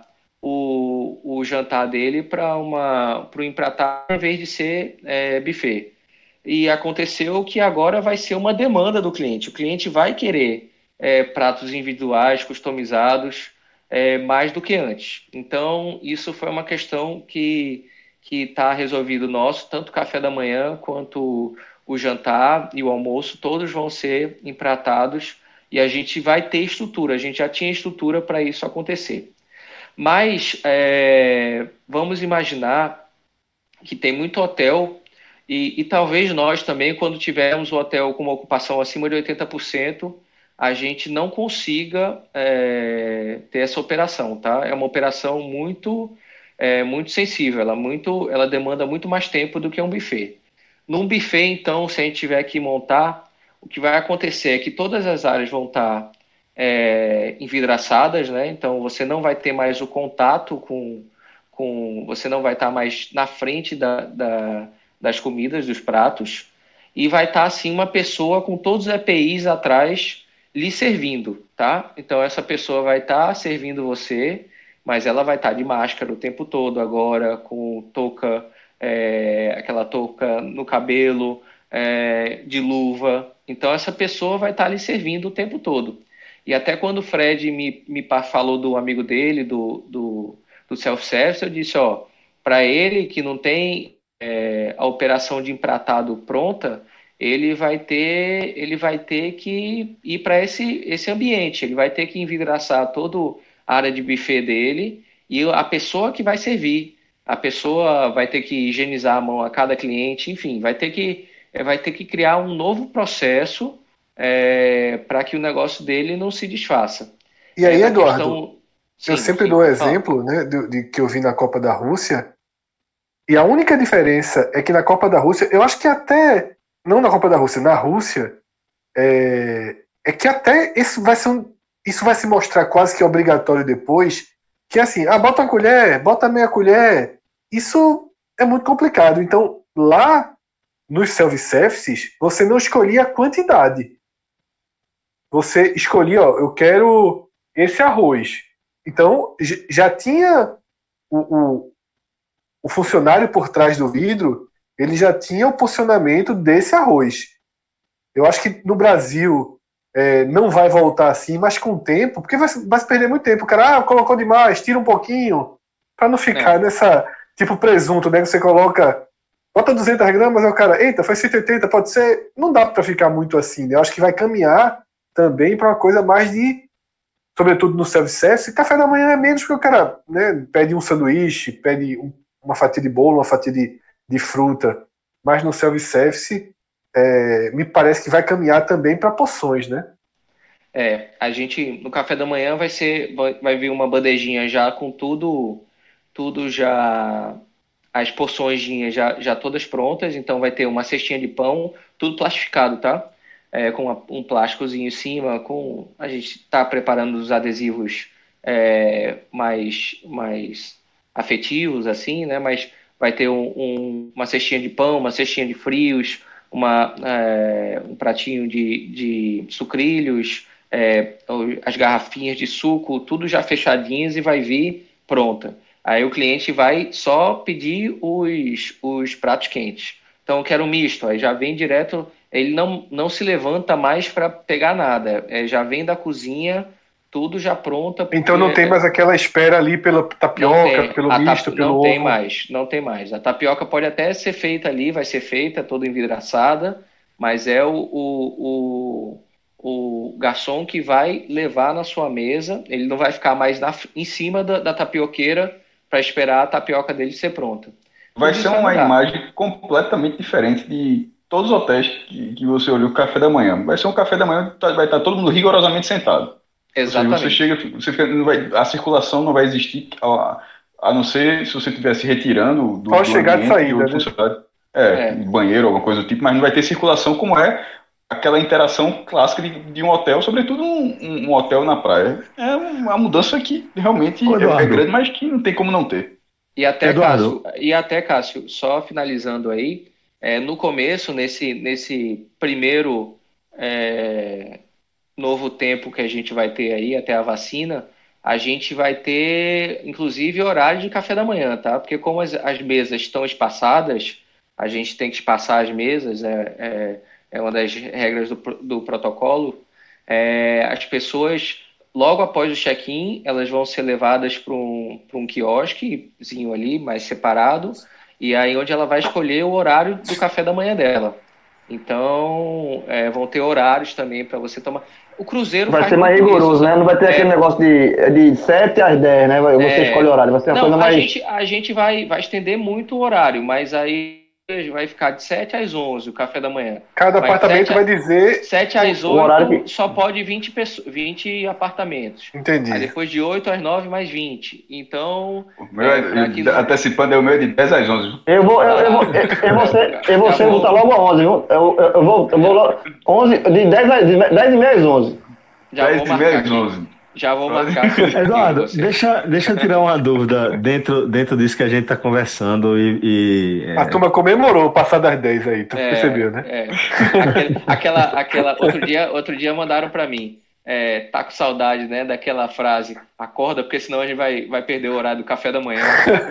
o, o jantar dele para uma para o empratado em vez de ser é, buffet. E aconteceu que agora vai ser uma demanda do cliente. O cliente vai querer é, pratos individuais, customizados, é, mais do que antes. Então, isso foi uma questão que que está resolvido nosso, tanto o café da manhã quanto o jantar e o almoço, todos vão ser empratados e a gente vai ter estrutura, a gente já tinha estrutura para isso acontecer. Mas é, vamos imaginar que tem muito hotel e, e talvez nós também, quando tivermos o hotel com uma ocupação acima de oitenta por cento, a gente não consiga é, ter essa operação, tá? É uma operação muito, é, muito sensível, ela, muito, ela demanda muito mais tempo do que um buffet. Num buffet, então, se a gente tiver que montar, o que vai acontecer é que todas as áreas vão estar é, envidraçadas, né? Então você não vai ter mais o contato com, com você não vai estar mais na frente da, da, das comidas, dos pratos, e vai estar assim uma pessoa com todos os E P Is atrás lhe servindo, tá? Então essa pessoa vai estar servindo você, mas ela vai estar de máscara o tempo todo agora, com touca, é, aquela touca no cabelo, é, de luva. Então essa pessoa vai estar lhe servindo o tempo todo. E até quando o Fred me, me falou do amigo dele, do, do, do self-service, eu disse, ó, para ele que não tem é, a operação de empratado pronta, ele vai ter, ele vai ter que ir para esse, esse ambiente, ele vai ter que envidraçar toda a área de buffet dele e a pessoa que vai servir, a pessoa vai ter que higienizar a mão a cada cliente, enfim, vai ter que, vai ter que criar um novo processo é, para que o negócio dele não se desfaça. E aí, Essa Eduardo, questão... Sim, eu sempre sim, dou o fala. exemplo, né, de, de que eu vi na Copa da Rússia, e a única diferença é que na Copa da Rússia, eu acho que até, não na Copa da Rússia, na Rússia, é, é que até isso vai, ser um, isso vai se mostrar quase que obrigatório depois, que é assim, ah, bota uma colher, bota meia colher, isso é muito complicado. Então, lá nos self-services, você não escolhia a quantidade. Você escolhia, ó, eu quero esse arroz. Então, já tinha o, o, o funcionário por trás do vidro, ele já tinha o posicionamento desse arroz. Eu acho que no Brasil é, não vai voltar assim, mas com o tempo, porque vai, vai se perder muito tempo. O cara, ah, colocou demais, tira um pouquinho, para não ficar é. nessa, tipo presunto, né? Você coloca, bota duzentas gramas, aí o cara, eita, foi cento e oitenta, pode ser. Não dá para ficar muito assim, né? Eu acho que vai caminhar também para uma coisa mais de, sobretudo no self-service, café da manhã é menos, porque o cara, né, pede um sanduíche, pede um, uma fatia de bolo, uma fatia de, de fruta, mas no self-service é, me parece que vai caminhar também para porções, né? É, a gente, no café da manhã vai ser, vai vir uma bandejinha já com tudo, tudo já, as porçõezinhas já, já todas prontas, então vai ter uma cestinha de pão, tudo plastificado, tá? É, com uma, um plásticozinho em cima, com, a gente está preparando os adesivos é, mais, mais afetivos, assim, né? Mas vai ter um, um, uma cestinha de pão, uma cestinha de frios, uma, é, um pratinho de, de sucrilhos, é, as garrafinhas de suco, tudo já fechadinhas e vai vir pronta. Aí o cliente vai só pedir os, os pratos quentes. Então eu quero um misto, aí já vem direto, ele não, não se levanta mais para pegar nada, é, já vem da cozinha, tudo já pronta. Então não tem mais aquela espera ali pela tapioca, tem, pelo a misto, tapi- pelo não ovo. tem mais, não tem mais. A tapioca pode até ser feita ali, vai ser feita toda envidraçada, mas é o, o, o, o garçom que vai levar na sua mesa, ele não vai ficar mais na, em cima da, da tapioqueira para esperar a tapioca dele ser pronta. Vai Tudo ser isso vai uma mudar. imagem completamente diferente de todos os hotéis que, que você olhou o café da manhã. Vai ser um café da manhã que tá- vai estar todo mundo rigorosamente sentado. Ou seja, Exatamente. você chega, você fica, não vai, a circulação não vai existir, a, a não ser se você estiver se retirando do, Só do chegar de ambiente saída, outro né? funcionário. É, É. banheiro, alguma coisa do tipo, mas não vai ter circulação como é aquela interação clássica de, de um hotel, sobretudo um, um- um hotel na praia. É uma mudança que realmente Ô, é, é Eduardo. grande, mas que não tem como não ter. E até, Eduardo. Cássio, e até, Cássio, só finalizando aí, é, no começo, nesse, nesse primeiro é, novo tempo que a gente vai ter aí, até a vacina, a gente vai ter, inclusive, horário de café da manhã, tá? Porque como as, as mesas estão espaçadas, a gente tem que espaçar as mesas, é, é, é uma das regras do, pro- do protocolo. É, as pessoas, logo após o check-in, elas vão ser levadas para um, para um quiosquezinho ali, mais separado, e aí onde ela vai escolher o horário do café da manhã dela. Então, é, vão ter horários também para você tomar. O cruzeiro Vai faz ser mais muito rigoroso, isso, né? Não vai ter É, aquele negócio de, de sete às dez, né? Você é, escolhe o horário. Vai ser uma não, coisa a mais. gente, a gente vai, vai estender muito o horário, mas aí vai ficar de sete às onze o café da manhã. Cada Vai apartamento sete a- vai dizer. sete às O horário oito que- só pode vinte, pessoas, vinte apartamentos. Entendi. Aí depois de oito às nove mais vinte. Então, O meu, é, é- pra que não- antecipando, é o meu é de dez às onze. Eu vou, eu, eu, vou, eu, eu vou ser, eu vou Já ser vou- botar logo a onze, viu? Eu, eu, eu vou, eu vou logo. onze, de dez, a- de dez e meia às onze. já dez vou e marcar meia às aqui. onze. Já vou marcar aqui. Eduardo, Você- deixa, deixa eu tirar uma dúvida dentro, dentro disso que a gente está conversando e. e, é, A turma comemorou passar das dez aí, tu É, percebeu, né? é. Aquele- aquela, aquela, outro dia, outro dia mandaram pra mim. É, tá com saudade, né, daquela frase, acorda, porque senão a gente vai, vai perder o horário do café da manhã.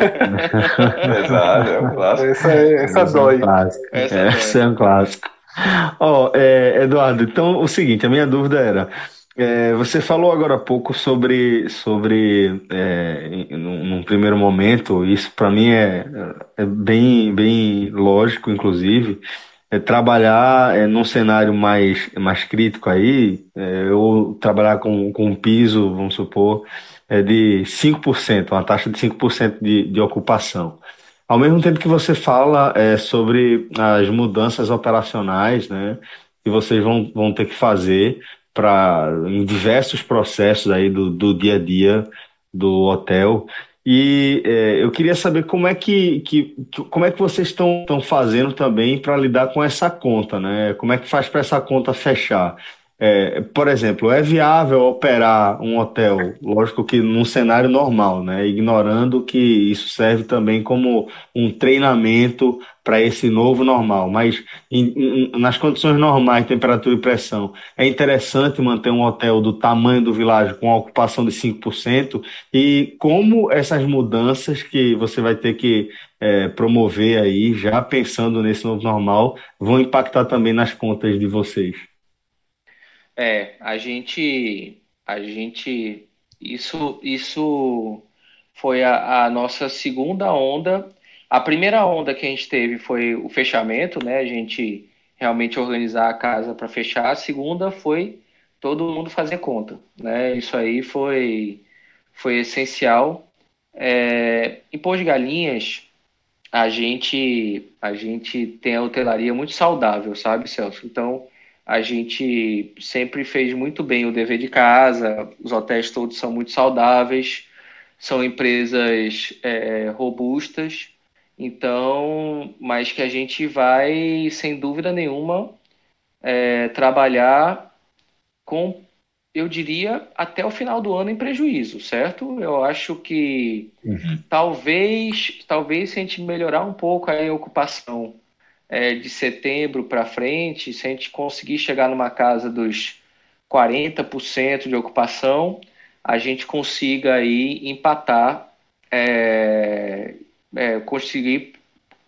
Exato, é um clássico. Essa, é- essa Esse é dói. um clássico. Essa É, dói. esse é um clássico. Ó, é, Eduardo, então o seguinte, a minha dúvida era, é, você falou agora há pouco sobre, sobre é, em- num, num primeiro momento, isso para mim é, é bem, bem lógico, inclusive, é trabalhar é, num cenário mais, mais crítico aí, é, ou trabalhar com, com um piso, vamos supor, é de cinco por cento, uma taxa de cinco por cento de, de ocupação. Ao mesmo tempo que você fala é, sobre as mudanças operacionais, né, que vocês vão, vão ter que fazer para em diversos processos aí do, do dia a dia do hotel. E é, eu queria saber como é que, que, que- como é que vocês estão estão fazendo também para lidar com essa conta, né? Como é que faz para essa conta fechar? É, por exemplo, é viável operar um hotel, lógico que num cenário normal, né? Ignorando que isso serve também como um treinamento para esse novo normal, mas em- em- nas condições normais, temperatura e pressão, é interessante manter um hotel do tamanho do Világio com a ocupação de cinco por cento e como essas mudanças que você vai ter que é, promover aí, já pensando nesse novo normal, vão impactar também nas contas de vocês. É, a gente, a gente, isso, isso foi a, a nossa segunda onda. A primeira onda que a gente teve foi o fechamento, né? A gente realmente organizar a casa para fechar. A segunda foi todo mundo fazer conta, né? Isso aí foi, foi essencial. É, em Porto de Galinhas, a gente, a gente tem a hotelaria muito saudável, sabe, Celso? Então, a gente sempre fez muito bem o dever de casa, os hotéis todos são muito saudáveis, são empresas é, robustas, então, mas que a gente vai, sem dúvida nenhuma, é, trabalhar com, eu diria, até o final do ano em prejuízo, certo? Eu acho que talvez, talvez se a gente melhorar um pouco aí a ocupação é, de setembro para frente, se a gente conseguir chegar numa casa dos quarenta por cento de ocupação, a gente consiga aí empatar, é, é, conseguir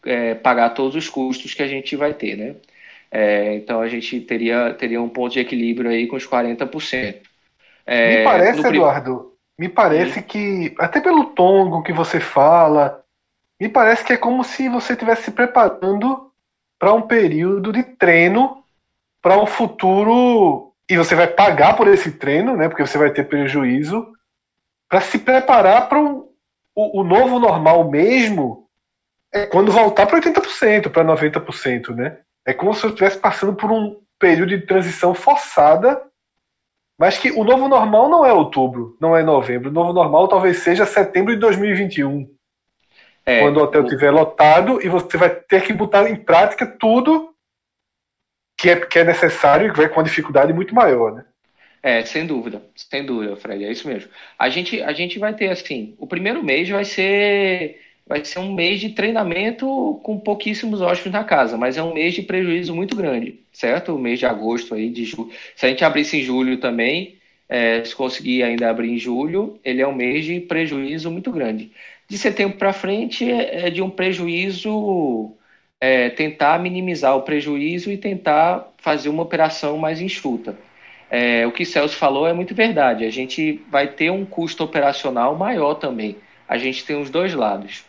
é, pagar todos os custos que a gente vai ter, né? É, então a gente teria, teria um ponto de equilíbrio aí com os quarenta por cento. Me É, parece, no prim- Eduardo, me Hum, parece que, até pelo tom com que você fala, me parece que é como se você estivesse se preparando para um período de treino para um futuro. E você vai pagar por esse treino, né? Porque você vai ter prejuízo, para se preparar para um, o, o novo normal mesmo, é quando voltar para oitenta por cento, para noventa por cento, né? É como se eu estivesse passando por um período de transição forçada, mas que o novo normal não é outubro, não é novembro. O novo normal talvez seja setembro de dois mil e vinte e um, quando o é, hotel o- estiver lotado e você vai ter que botar em prática tudo que é, que é necessário e vai com uma dificuldade muito maior, né? É, sem dúvida, sem dúvida, Fred, é isso mesmo. A gente, a gente vai ter assim, o primeiro mês vai ser, vai ser um mês de treinamento com pouquíssimos hóspedes na casa, mas é um mês de prejuízo muito grande, certo? O mês de agosto aí, de julho. Se a gente abrisse em julho também, é, se conseguir ainda abrir em julho, ele é um mês de prejuízo muito grande. De setembro para frente é é de um prejuízo, é, tentar minimizar o prejuízo e tentar fazer uma operação mais enxuta. É, o que Celso falou é muito verdade. A gente vai ter um custo operacional maior também. A gente tem os dois lados.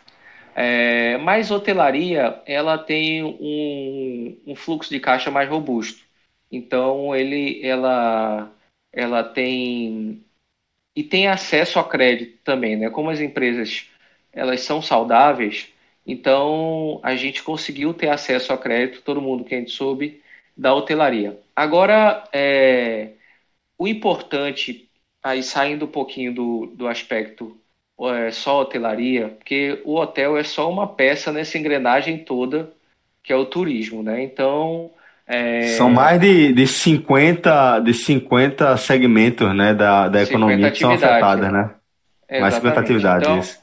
É, mas hotelaria, ela tem um, um fluxo de caixa mais robusto. Então, ele, ela, ela tem e tem acesso a crédito também, né? Como as empresas elas são saudáveis, então a gente conseguiu ter acesso a crédito, todo mundo que a gente soube da hotelaria. Agora, é, o importante, aí saindo um pouquinho do, do aspecto é, só hotelaria, porque o hotel é só uma peça nessa engrenagem toda que é o turismo, né? Então, São é, mais de, de cinquenta de cinquenta segmentos, né, da, da cinquenta economia que são atividades, afetados, né? né? Mais cinquenta Exatamente. atividades, Então, isso.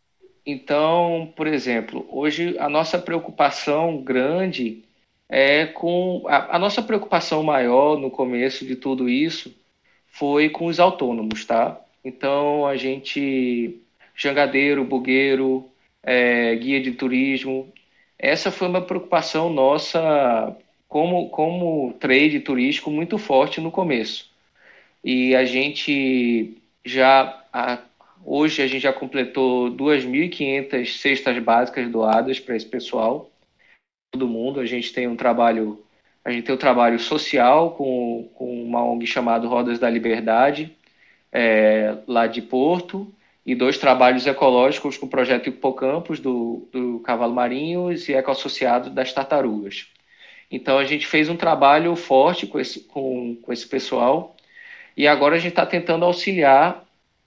então, por exemplo, hoje a nossa preocupação grande é com a, a nossa preocupação maior no começo de tudo isso foi com os autônomos, tá? Então a gente, jangadeiro, bugueiro, é, guia de turismo, essa foi uma preocupação nossa como, como trade turístico muito forte no começo. E a gente já, a- hoje a gente já completou duas mil e quinhentas cestas básicas doadas para esse pessoal, todo mundo. A gente tem um trabalho, a gente tem um trabalho social com, com uma O N G chamada Rodas da Liberdade, é, lá de Porto, e dois trabalhos ecológicos com o projeto Hipocampos do, do Cavalo Marinhos e Ecoassociado das Tartarugas. Então a gente fez um trabalho forte com esse, com, com esse pessoal e agora a gente está tentando auxiliar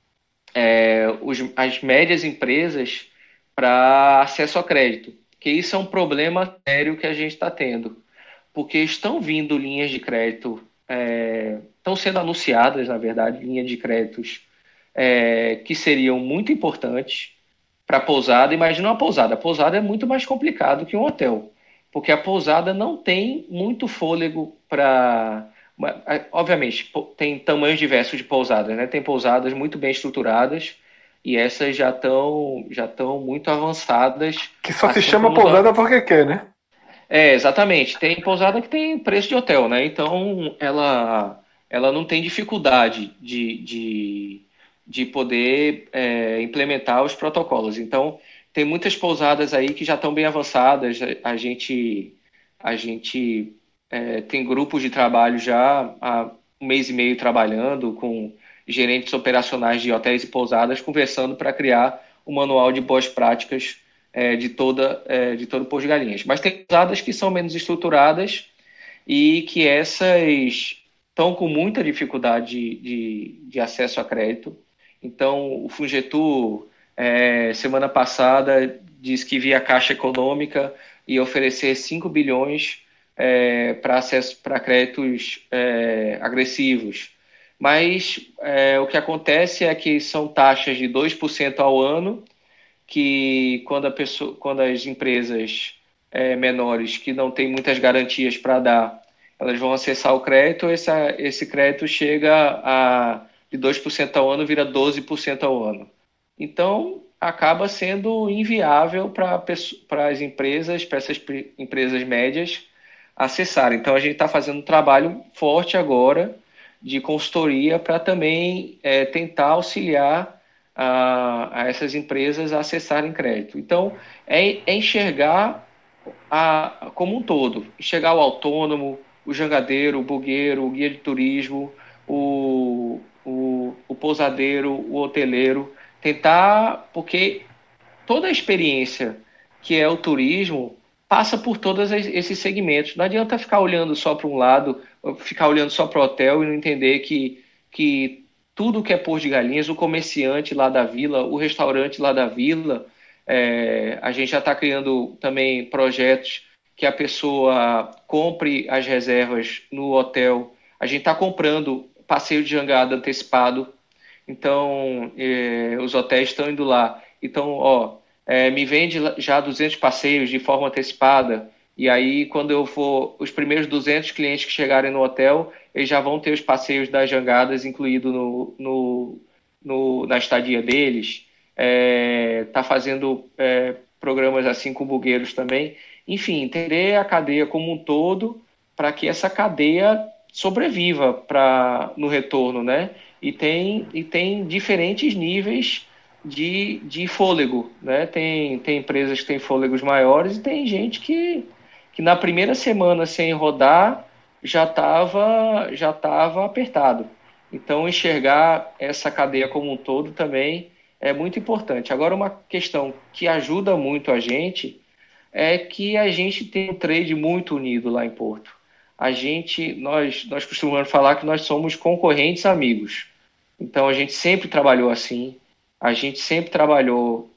é, os, as médias empresas para acesso a crédito, que isso é um problema sério que a gente está tendo, porque estão vindo linhas de crédito, é, estão sendo anunciadas, na verdade, linhas de créditos é, que seriam muito importantes para a pousada. Imagina uma pousada. A pousada é muito mais complicado que um hotel, porque a pousada não tem muito fôlego para. Obviamente, tem tamanhos diversos de pousadas, né? Tem pousadas muito bem estruturadas e essas já estão já estão muito avançadas, Que só se assim chama como pousada porque quer, né? é, exatamente. Tem pousada que tem preço de hotel, né? Então ela, ela não tem dificuldade de, de, de poder é, implementar os protocolos. Então tem muitas pousadas aí que já estão bem avançadas. A gente, a gente é, tem grupos de trabalho já há um mês e meio trabalhando com gerentes operacionais de hotéis e pousadas, conversando para criar um manual de boas práticas é, de, toda, é, de todo o Porto de Galinhas. Mas tem pousadas que são menos estruturadas e que essas estão com muita dificuldade de, de, de acesso a crédito. Então, o Fungetur, é, semana passada, disse que via Caixa Econômica ia oferecer cinco bilhões é, para acesso para créditos é, agressivos. Mas é, o que acontece é que são taxas de dois por cento ao ano, que quando, a pessoa, quando as empresas é, menores que não têm muitas garantias para dar, elas vão acessar o crédito, esse, esse crédito chega a de dois por cento ao ano, vira doze por cento ao ano. Então, acaba sendo inviável para as empresas, para essas empresas médias acessarem. Então, a gente está fazendo um trabalho forte agora de consultoria para também é, tentar auxiliar a, a essas empresas a acessarem crédito. Então, é, é enxergar a, como um todo, enxergar o autônomo, o jangadeiro, o bugueiro, o guia de turismo, o, o, o pousadeiro, o hoteleiro, tentar, porque toda a experiência que é o turismo passa por todos esses segmentos. Não adianta ficar olhando só para um lado, ficar olhando só para o hotel e não entender que, que tudo que é Porto de Galinhas, o comerciante lá da vila, o restaurante lá da vila, é, a gente já está criando também projetos que a pessoa compre as reservas no hotel. A gente está comprando passeio de jangada antecipado. Então, eh, os hotéis estão indo lá. Então, ó, eh, me vende já duzentos passeios de forma antecipada. E aí, quando eu for, os primeiros duzentos clientes que chegarem no hotel, eles já vão ter os passeios das jangadas incluído no, no, no, na estadia deles. Está fazendo eh, programas assim com bugueiros também. Enfim, entender a cadeia como um todo para que essa cadeia sobreviva pra, no retorno, né? E tem, e tem diferentes níveis de, de fôlego, né? Tem, tem empresas que têm fôlegos maiores e tem gente que, que na primeira semana sem rodar já estava já tava apertado. Então, enxergar essa cadeia como um todo também é muito importante. Agora, uma questão que ajuda muito a gente é que a gente tem um trade muito unido lá em Porto. A gente, nós, nós costumamos falar que nós somos concorrentes amigos. Então, a gente sempre trabalhou assim, a gente sempre trabalhou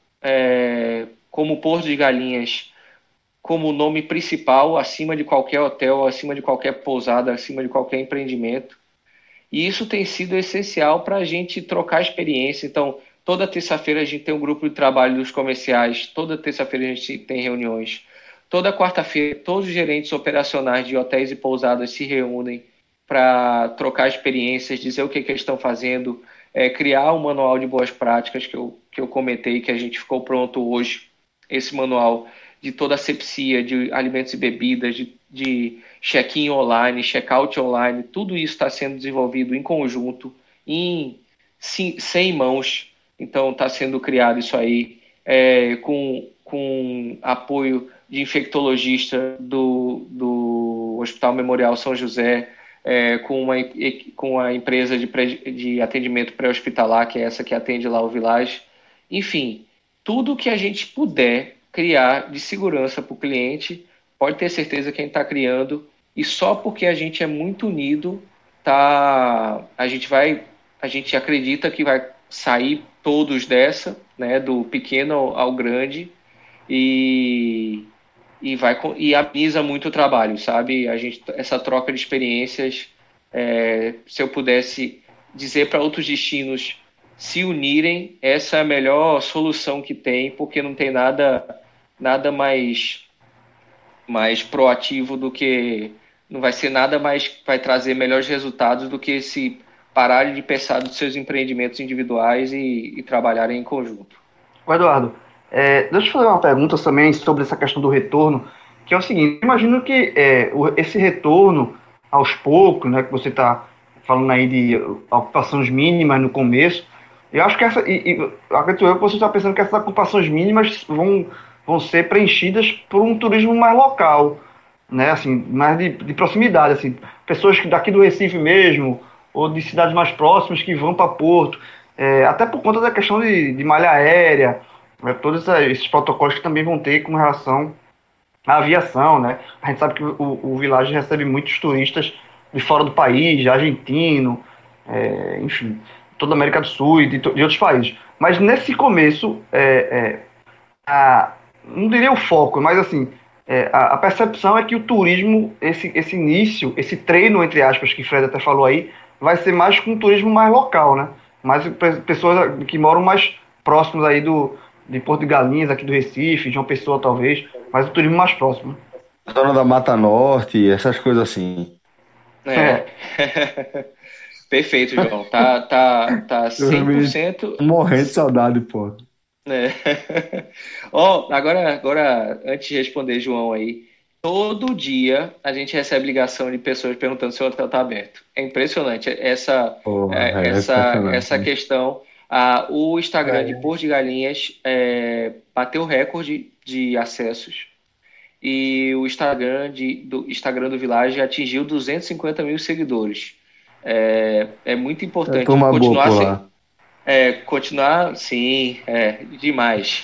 é, como Porto de Galinhas, como nome principal, acima de qualquer hotel, acima de qualquer pousada, acima de qualquer empreendimento. E isso tem sido essencial para a gente trocar experiência. Então, toda terça-feira a gente tem um grupo de trabalho dos comerciais, toda terça-feira a gente tem reuniões. Toda quarta-feira, todos os gerentes operacionais de hotéis e pousadas se reúnem para trocar experiências, dizer o que, que eles estão fazendo, é, criar um manual de boas práticas que eu, que eu comentei, que a gente ficou pronto hoje, esse manual de toda a asepsia, de alimentos e bebidas, de, de check-in online, check-out online, tudo isso está sendo desenvolvido em conjunto, em cem mãos. Então, está sendo criado isso aí é, com, com apoio de infectologista do, do Hospital Memorial São José, é, com, uma, com a empresa de, pré, de atendimento pré-hospitalar, que é essa que atende lá o Village. Enfim, tudo que a gente puder criar de segurança para o cliente, pode ter certeza que a gente está criando, e só porque a gente é muito unido, tá, a gente vai, a gente acredita que vai sair todos dessa, né, do pequeno ao grande, e, e, vai, e ameniza muito o trabalho, sabe? A gente, essa troca de experiências, é, se eu pudesse dizer para outros destinos se unirem, essa é a melhor solução que tem, porque não tem nada, nada mais, mais proativo do que, não vai ser nada mais, vai trazer melhores resultados do que se pararem de pensar dos seus empreendimentos individuais e, e trabalharem em conjunto. O Eduardo, é, deixa eu fazer uma pergunta também sobre essa questão do retorno, que é o seguinte: imagino que é, o, esse retorno aos poucos, né, que você está falando aí de ocupações mínimas no começo, eu acho que essa, e, e acredito eu que você está pensando que essas ocupações mínimas vão, vão ser preenchidas por um turismo mais local, né, assim, mais de, de proximidade, assim, pessoas daqui do Recife mesmo, ou de cidades mais próximas que vão para Porto, é, até por conta da questão de, de malha aérea, né, todos esses protocolos que também vão ter com relação à aviação, né? A gente sabe que o, o Village recebe muitos turistas de fora do país, argentino, é, enfim, toda a América do Sul e de, de outros países. Mas nesse começo, é, é, a, não diria o foco, mas assim, é, a, a percepção é que o turismo, esse, esse início, esse treino, entre aspas, que o Fred até falou aí, vai ser mais com um turismo mais local, né? Mais pessoas que moram mais próximos aí do, de Porto de Galinhas, aqui do Recife, de uma pessoa talvez, mas o turismo mais próximo. Zona da Mata Norte, essas coisas assim. É. é. Perfeito, João. Tá, tá, tá cem por cento. Morrendo de saudade, pô. É. Ó, agora, agora, antes de responder, João, aí, todo dia a gente recebe ligação de pessoas perguntando se o hotel está aberto. É impressionante essa, Porra, é, é essa, impressionante, essa né? questão. Ah, o Instagram de É. Porto de Galinhas é, bateu recorde de acessos e o Instagram, de, do Instagram do Village atingiu duzentos e cinquenta mil seguidores. É, é muito É importante turma boa continuar por se- lá. é, continuar, sim, é demais.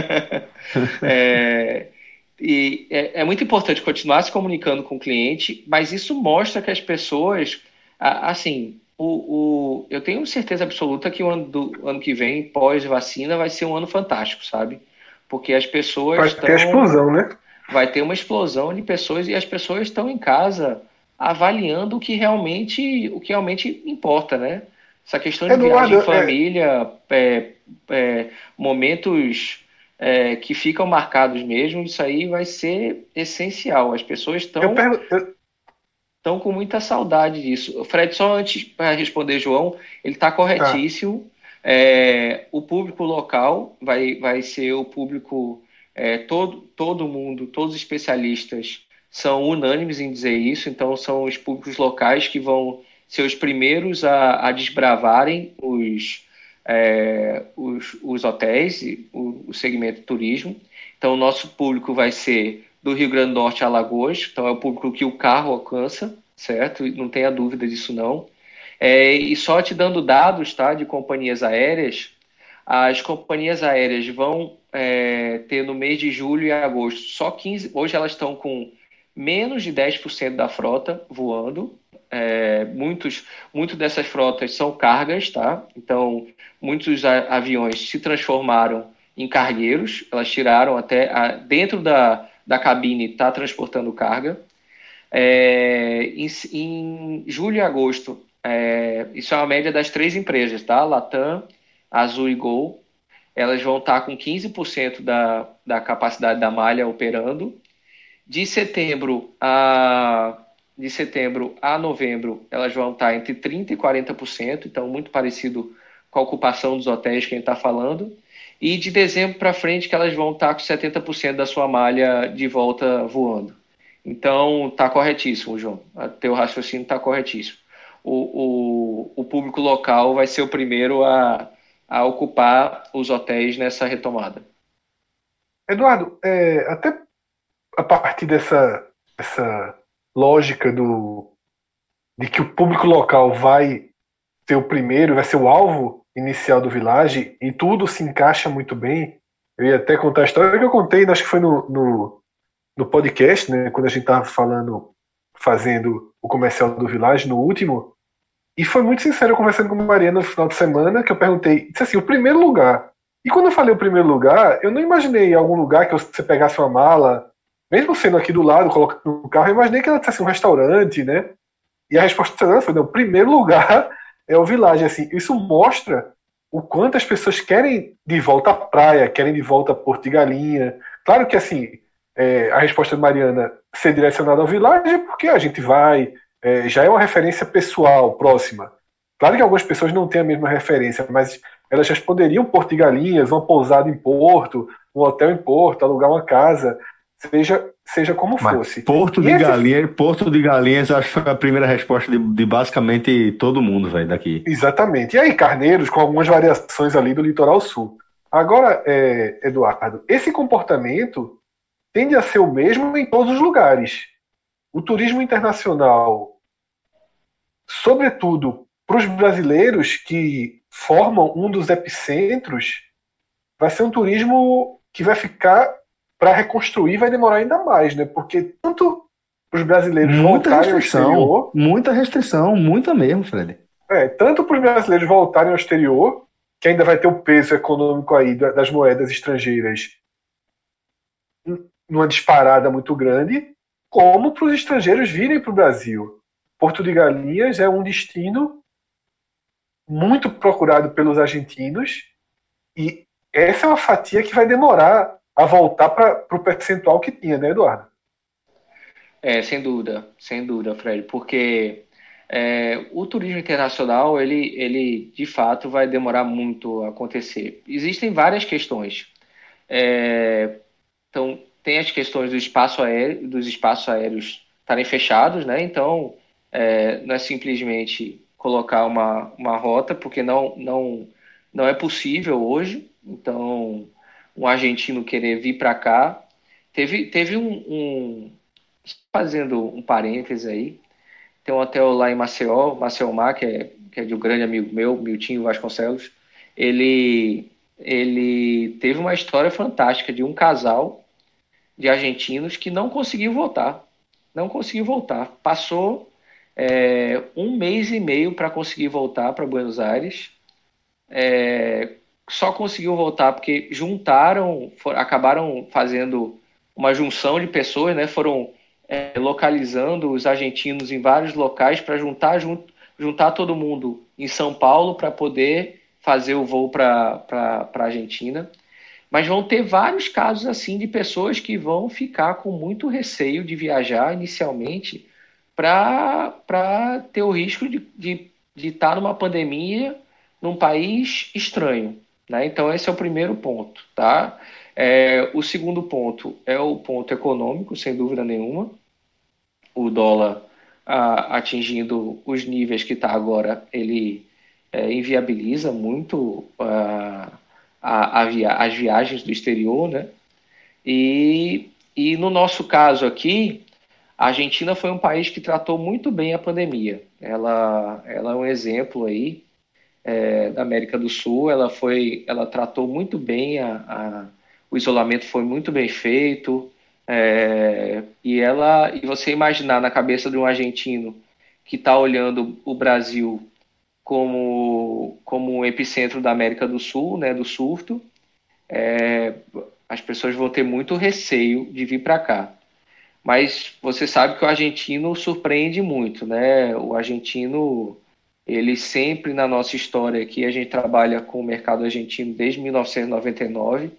É, e é, é muito importante continuar se comunicando com o cliente, mas isso mostra que as pessoas, a- assim, o, o, eu tenho certeza absoluta que o ano, do, ano que vem, pós-vacina, vai ser um ano fantástico, sabe? Porque as pessoas Vai ter a estão, explosão, né? vai ter uma explosão de pessoas e as pessoas estão em casa avaliando o que realmente, o que realmente importa, né? Essa questão de viagem Eduardo, em é, família, é, é, momentos é, que ficam marcados mesmo, isso aí vai ser essencial. As pessoas eu, estão pergu- eu, estão com muita saudade disso. O Fred, só antes para responder, João, ele está tá. corretíssimo. É, o público local vai, vai ser o público, é, todo, todo mundo, todos os especialistas são unânimes em dizer isso, então são os públicos locais que vão ser os primeiros a, a desbravarem os, é, os, os hotéis, e o, o segmento turismo. Então, o nosso público vai ser do Rio Grande do Norte a Alagoas, então é o público que o carro alcança, certo? Não tenha dúvida disso não. É, e só te dando dados, tá, de companhias aéreas, as companhias aéreas vão é, ter no mês de julho e agosto só quinze, hoje elas estão com menos de dez por cento da frota voando. É, muitos, muitos dessas frotas são cargas, tá? Então, muitos a- aviões se transformaram em cargueiros, elas tiraram até a- dentro da, da cabine, está transportando carga. É, em, em julho e agosto, é, isso é uma média das três empresas, tá? Latam, Azul e Gol, elas vão estar com quinze por cento da, da capacidade da malha operando. De setembro a de setembro a novembro, elas vão estar entre trinta por cento e quarenta por cento, então muito parecido com a ocupação dos hotéis que a gente está falando. E de dezembro para frente, que elas vão estar com setenta por cento da sua malha de volta voando. Então, está corretíssimo, João. O teu raciocínio está corretíssimo. O, o, o público local vai ser o primeiro a, a ocupar os hotéis nessa retomada. Eduardo, é, até a partir dessa, dessa lógica do, de que o público local vai ser o primeiro, vai ser o alvo inicial do Village, e tudo se encaixa muito bem. Eu ia até contar a história que eu contei, acho que foi no, no, no podcast, né, quando a gente estava falando, fazendo o comercial do Village, no último, e foi muito sincero, eu conversando com a Mariana no final de semana, que eu perguntei, disse assim, o primeiro lugar. E quando eu falei o primeiro lugar, eu não imaginei algum lugar que você pegasse uma mala, mesmo sendo aqui do lado, coloca no carro, eu imaginei que ela dissesse um restaurante, né? E a resposta dela foi, não, o primeiro lugar é o Village. Assim, isso mostra o quanto as pessoas querem de volta à praia, querem de volta a Porto de Galinha. Claro que, assim, é, a resposta de Mariana ser direcionada ao Village é porque a gente vai, é, já é uma referência pessoal, próxima. Claro que algumas pessoas não têm a mesma referência, mas elas responderiam Porto de Galinhas, uma pousada em Porto, um hotel em Porto, alugar uma casa, seja, seja como Mas fosse. Porto E de esse- Galinhas, Porto de Galinhas, acho que foi a primeira resposta de, de basicamente todo mundo, velho, daqui. Exatamente. E aí, Carneiros, com algumas variações ali do litoral sul. Agora, é, Eduardo, esse comportamento tende a ser o mesmo em todos os lugares. O turismo internacional, sobretudo para os brasileiros que formam um dos epicentros, vai ser um turismo que vai ficar para reconstruir, vai demorar ainda mais, né? Porque tanto os brasileiros Muita voltarem ao restrição, exterior, muita restrição, muita mesmo, Fred. é, tanto para os brasileiros voltarem ao exterior, que ainda vai ter o peso econômico aí da- das moedas estrangeiras em- numa disparada muito grande, como para os estrangeiros virem para o Brasil. Porto de Galinhas é um destino muito procurado pelos argentinos e essa é uma fatia que vai demorar a voltar para o percentual que tinha, né, Eduardo? É, sem dúvida, sem dúvida, Fred, porque É, o turismo internacional, ele, ele de fato vai demorar muito a acontecer. Existem várias questões. É, então, tem as questões do espaço aéreo, dos espaços aéreos estarem fechados, né? Então, é, não é simplesmente colocar uma, uma rota, porque não, não, não é possível hoje. Então, um argentino querer vir para cá. Teve, teve um, um. Fazendo um parêntese aí, tem um hotel lá em Maceió, Maceió Mar, que é, que é de um grande amigo meu, Miltinho Vasconcelos. Ele, ele teve uma história fantástica de um casal de argentinos que não conseguiu voltar. Não conseguiu voltar. Passou é, um mês e meio para conseguir voltar para Buenos Aires. É, só conseguiu voltar porque juntaram, for, acabaram fazendo uma junção de pessoas, né? Foram é, localizando os argentinos em vários locais para juntar, jun, juntar todo mundo em São Paulo para poder fazer o voo para a Argentina. Mas vão ter vários casos assim de pessoas que vão ficar com muito receio de viajar inicialmente para ter o risco de, de, de estar numa pandemia num país estranho, né? Então esse é o primeiro ponto, tá? É, o segundo ponto é o ponto econômico, sem dúvida nenhuma. O dólar a, atingindo os níveis que está agora, ele é, inviabiliza muito a, a, a via, as viagens do exterior, né? E, e no nosso caso aqui, a Argentina foi um país que tratou muito bem a pandemia. Ela, ela é um exemplo aí é, da América do Sul. Ela foi, ela tratou muito bem a, a, o isolamento foi muito bem feito. É, e ela, e você imaginar na cabeça de um argentino que está olhando o Brasil como como um epicentro da América do Sul, né, do surto, é, as pessoas vão ter muito receio de vir para cá. Mas você sabe que o argentino surpreende muito, né? O argentino, ele sempre na nossa história aqui, a gente trabalha com o mercado argentino desde mil novecentos e noventa e nove.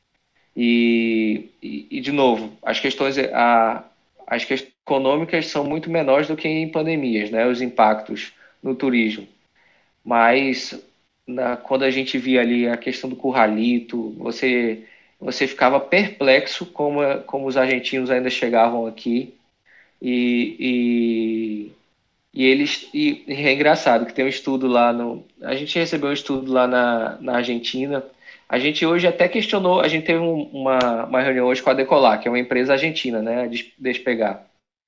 E, e, e de novo, as questões, a, as questões econômicas são muito menores do que em pandemias, né? Os impactos no turismo. Mas na, quando a gente via ali a questão do curralito, você, você ficava perplexo como, como os argentinos ainda chegavam aqui. E, e, e eles e, e é engraçado que tem um estudo lá no. A gente recebeu um estudo lá na, na Argentina. A gente hoje até questionou, a gente teve um, uma, uma reunião hoje com a Decolar, que é uma empresa argentina, né, a Despegar.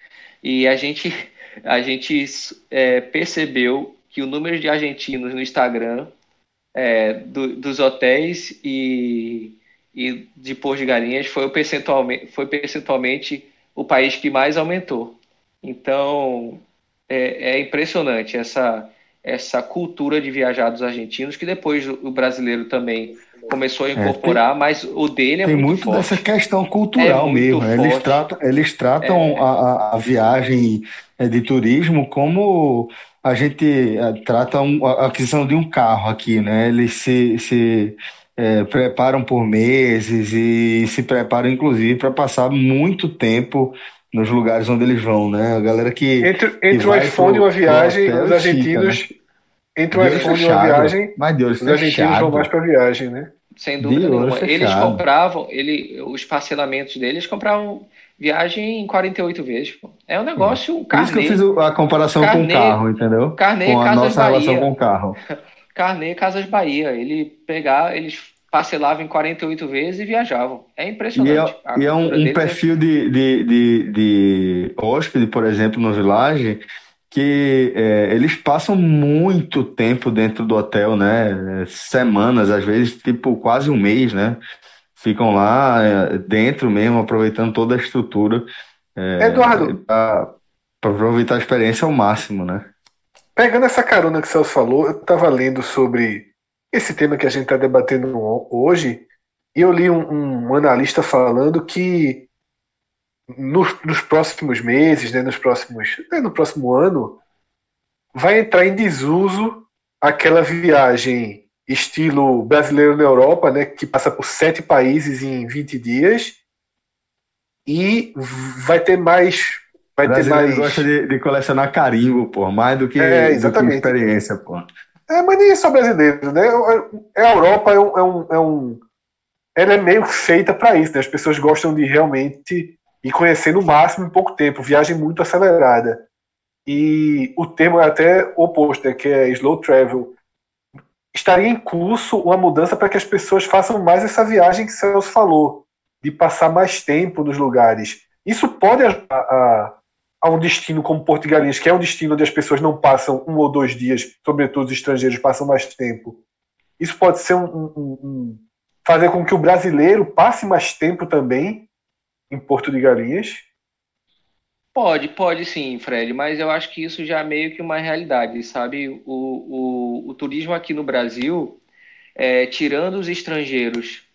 E a gente, a gente é, percebeu que o número de argentinos no Instagram, é, do, dos hotéis e, e de Porto de Galinhas foi percentualmente, foi percentualmente o país que mais aumentou. Então, é, é impressionante essa, essa cultura de viajar dos argentinos, que depois o brasileiro também começou a incorporar, é, tem, mas o dele é tem muito, muito forte. Dessa questão cultural é mesmo. Né? Eles tratam, eles tratam é, a, a viagem de turismo como a gente trata a aquisição de um carro aqui, né? Eles se, se é, preparam por meses e se preparam, inclusive, para passar muito tempo nos lugares onde eles vão, né? A galera que entre, que entre o iPhone e uma viagem, os argentinos fica, né? Entre o iPhone e uma viagem, mas de olho os argentinos fechado. vão mais para viagem, né? Sem dúvida nenhuma. Eles compravam, ele, os parcelamentos deles compravam viagem em quarenta e oito vezes. Pô. É um negócio, um carnê. Por isso que eu fiz a comparação carnê, com o carro, entendeu? Carnê, com a Casas nossa Bahia. relação com o carro. Carnê, Casas Bahia. Ele pegava, eles parcelavam em quarenta e oito vezes e viajavam. É impressionante. E é, e é um, um perfil é... de, de, de, de hóspede, por exemplo, no Village, que é, eles passam muito tempo dentro do hotel, né? Semanas, às vezes, tipo, quase um mês, né? Ficam lá é, dentro mesmo, aproveitando toda a estrutura. É, Eduardo, para aproveitar a experiência ao máximo, né? Pegando essa carona que o Celso falou, eu estava lendo sobre esse tema que a gente está debatendo hoje, e eu li um, um analista falando que nos, nos próximos meses, né, nos próximos, né, no próximo ano, vai entrar em desuso aquela viagem estilo brasileiro na Europa, né, que passa por sete países em vinte dias, e vai ter mais vai ter Brasileiro mais. gosta de, de colecionar carimbo, pô, mais do que, É, do que exatamente. experiência, pô. É, mas nem é só brasileiro, né? É a Europa é um, é um, é um- ela é meio feita para isso, né? As pessoas gostam de realmente ir conhecer no máximo em pouco tempo, viagem muito acelerada. E o termo é até oposto, né? Que é slow travel. Estaria em curso uma mudança para que as pessoas façam mais essa viagem que o Celso falou, de passar mais tempo nos lugares. Isso pode ajudar a, a um destino como Porto de Galinhas, que é um destino onde as pessoas não passam um ou dois dias, sobretudo os estrangeiros passam mais tempo. Isso pode ser um, um- um- um- fazer com que o brasileiro passe mais tempo também em Porto de Galinhas. Pode, pode sim, Fred, mas eu acho que isso já é meio que uma realidade, sabe? O, o, o turismo aqui no Brasil, é, tirando os estrangeiros,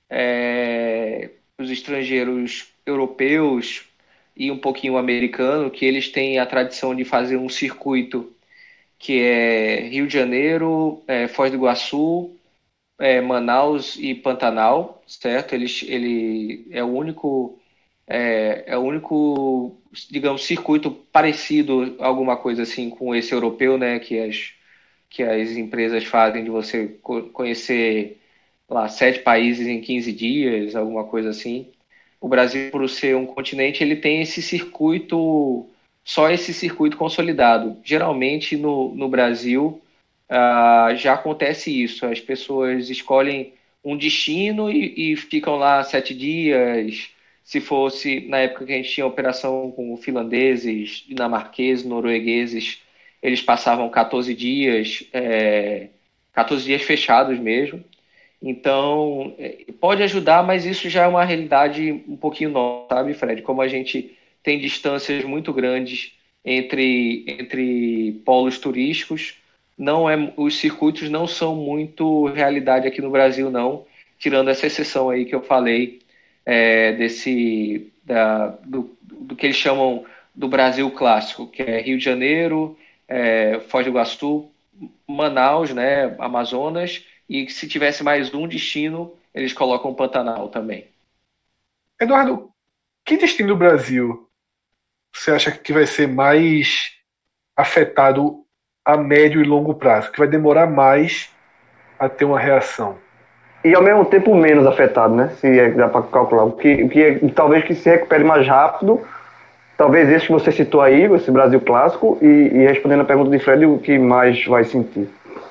é, os estrangeiros europeus e um pouquinho americano, que eles têm a tradição de fazer um circuito que é Rio de Janeiro, é, Foz do Iguaçu, é, Manaus e Pantanal, certo? Eles, ele é o único é, é o único, digamos, circuito parecido, alguma coisa assim, com esse europeu, né? Que as, que as empresas fazem de você co- conhecer lá sete países em quinze dias, alguma coisa assim. O Brasil, por ser um continente, ele tem esse circuito, só esse circuito consolidado. Geralmente no, no Brasil ah, já acontece isso. As pessoas escolhem um destino e, e ficam lá sete dias. Se fosse na época que a gente tinha operação com finlandeses, dinamarqueses, noruegueses, eles passavam quatorze dias, é, quatorze dias fechados mesmo. Então, é, pode ajudar, mas isso já é uma realidade um pouquinho nova, sabe, Fred? Como a gente tem distâncias muito grandes entre, entre polos turísticos, não é, os circuitos não são muito realidade aqui no Brasil, não, tirando essa exceção aí que eu falei, é, desse, da, do, do que eles chamam do Brasil clássico, que é Rio de Janeiro, é, Foz do Iguaçu, Manaus, né, Amazonas, e se tivesse mais um destino, eles colocam Pantanal também. Eduardo, que destino do Brasil você acha que vai ser mais afetado a médio e longo prazo, que vai demorar mais a ter uma reação? E ao mesmo tempo menos afetado, né? Se é, dá para calcular. O que, o que é, talvez que se recupere mais rápido, talvez esse que você citou aí, esse Brasil clássico, e, e respondendo a pergunta de Fred, o que mais vai sentir?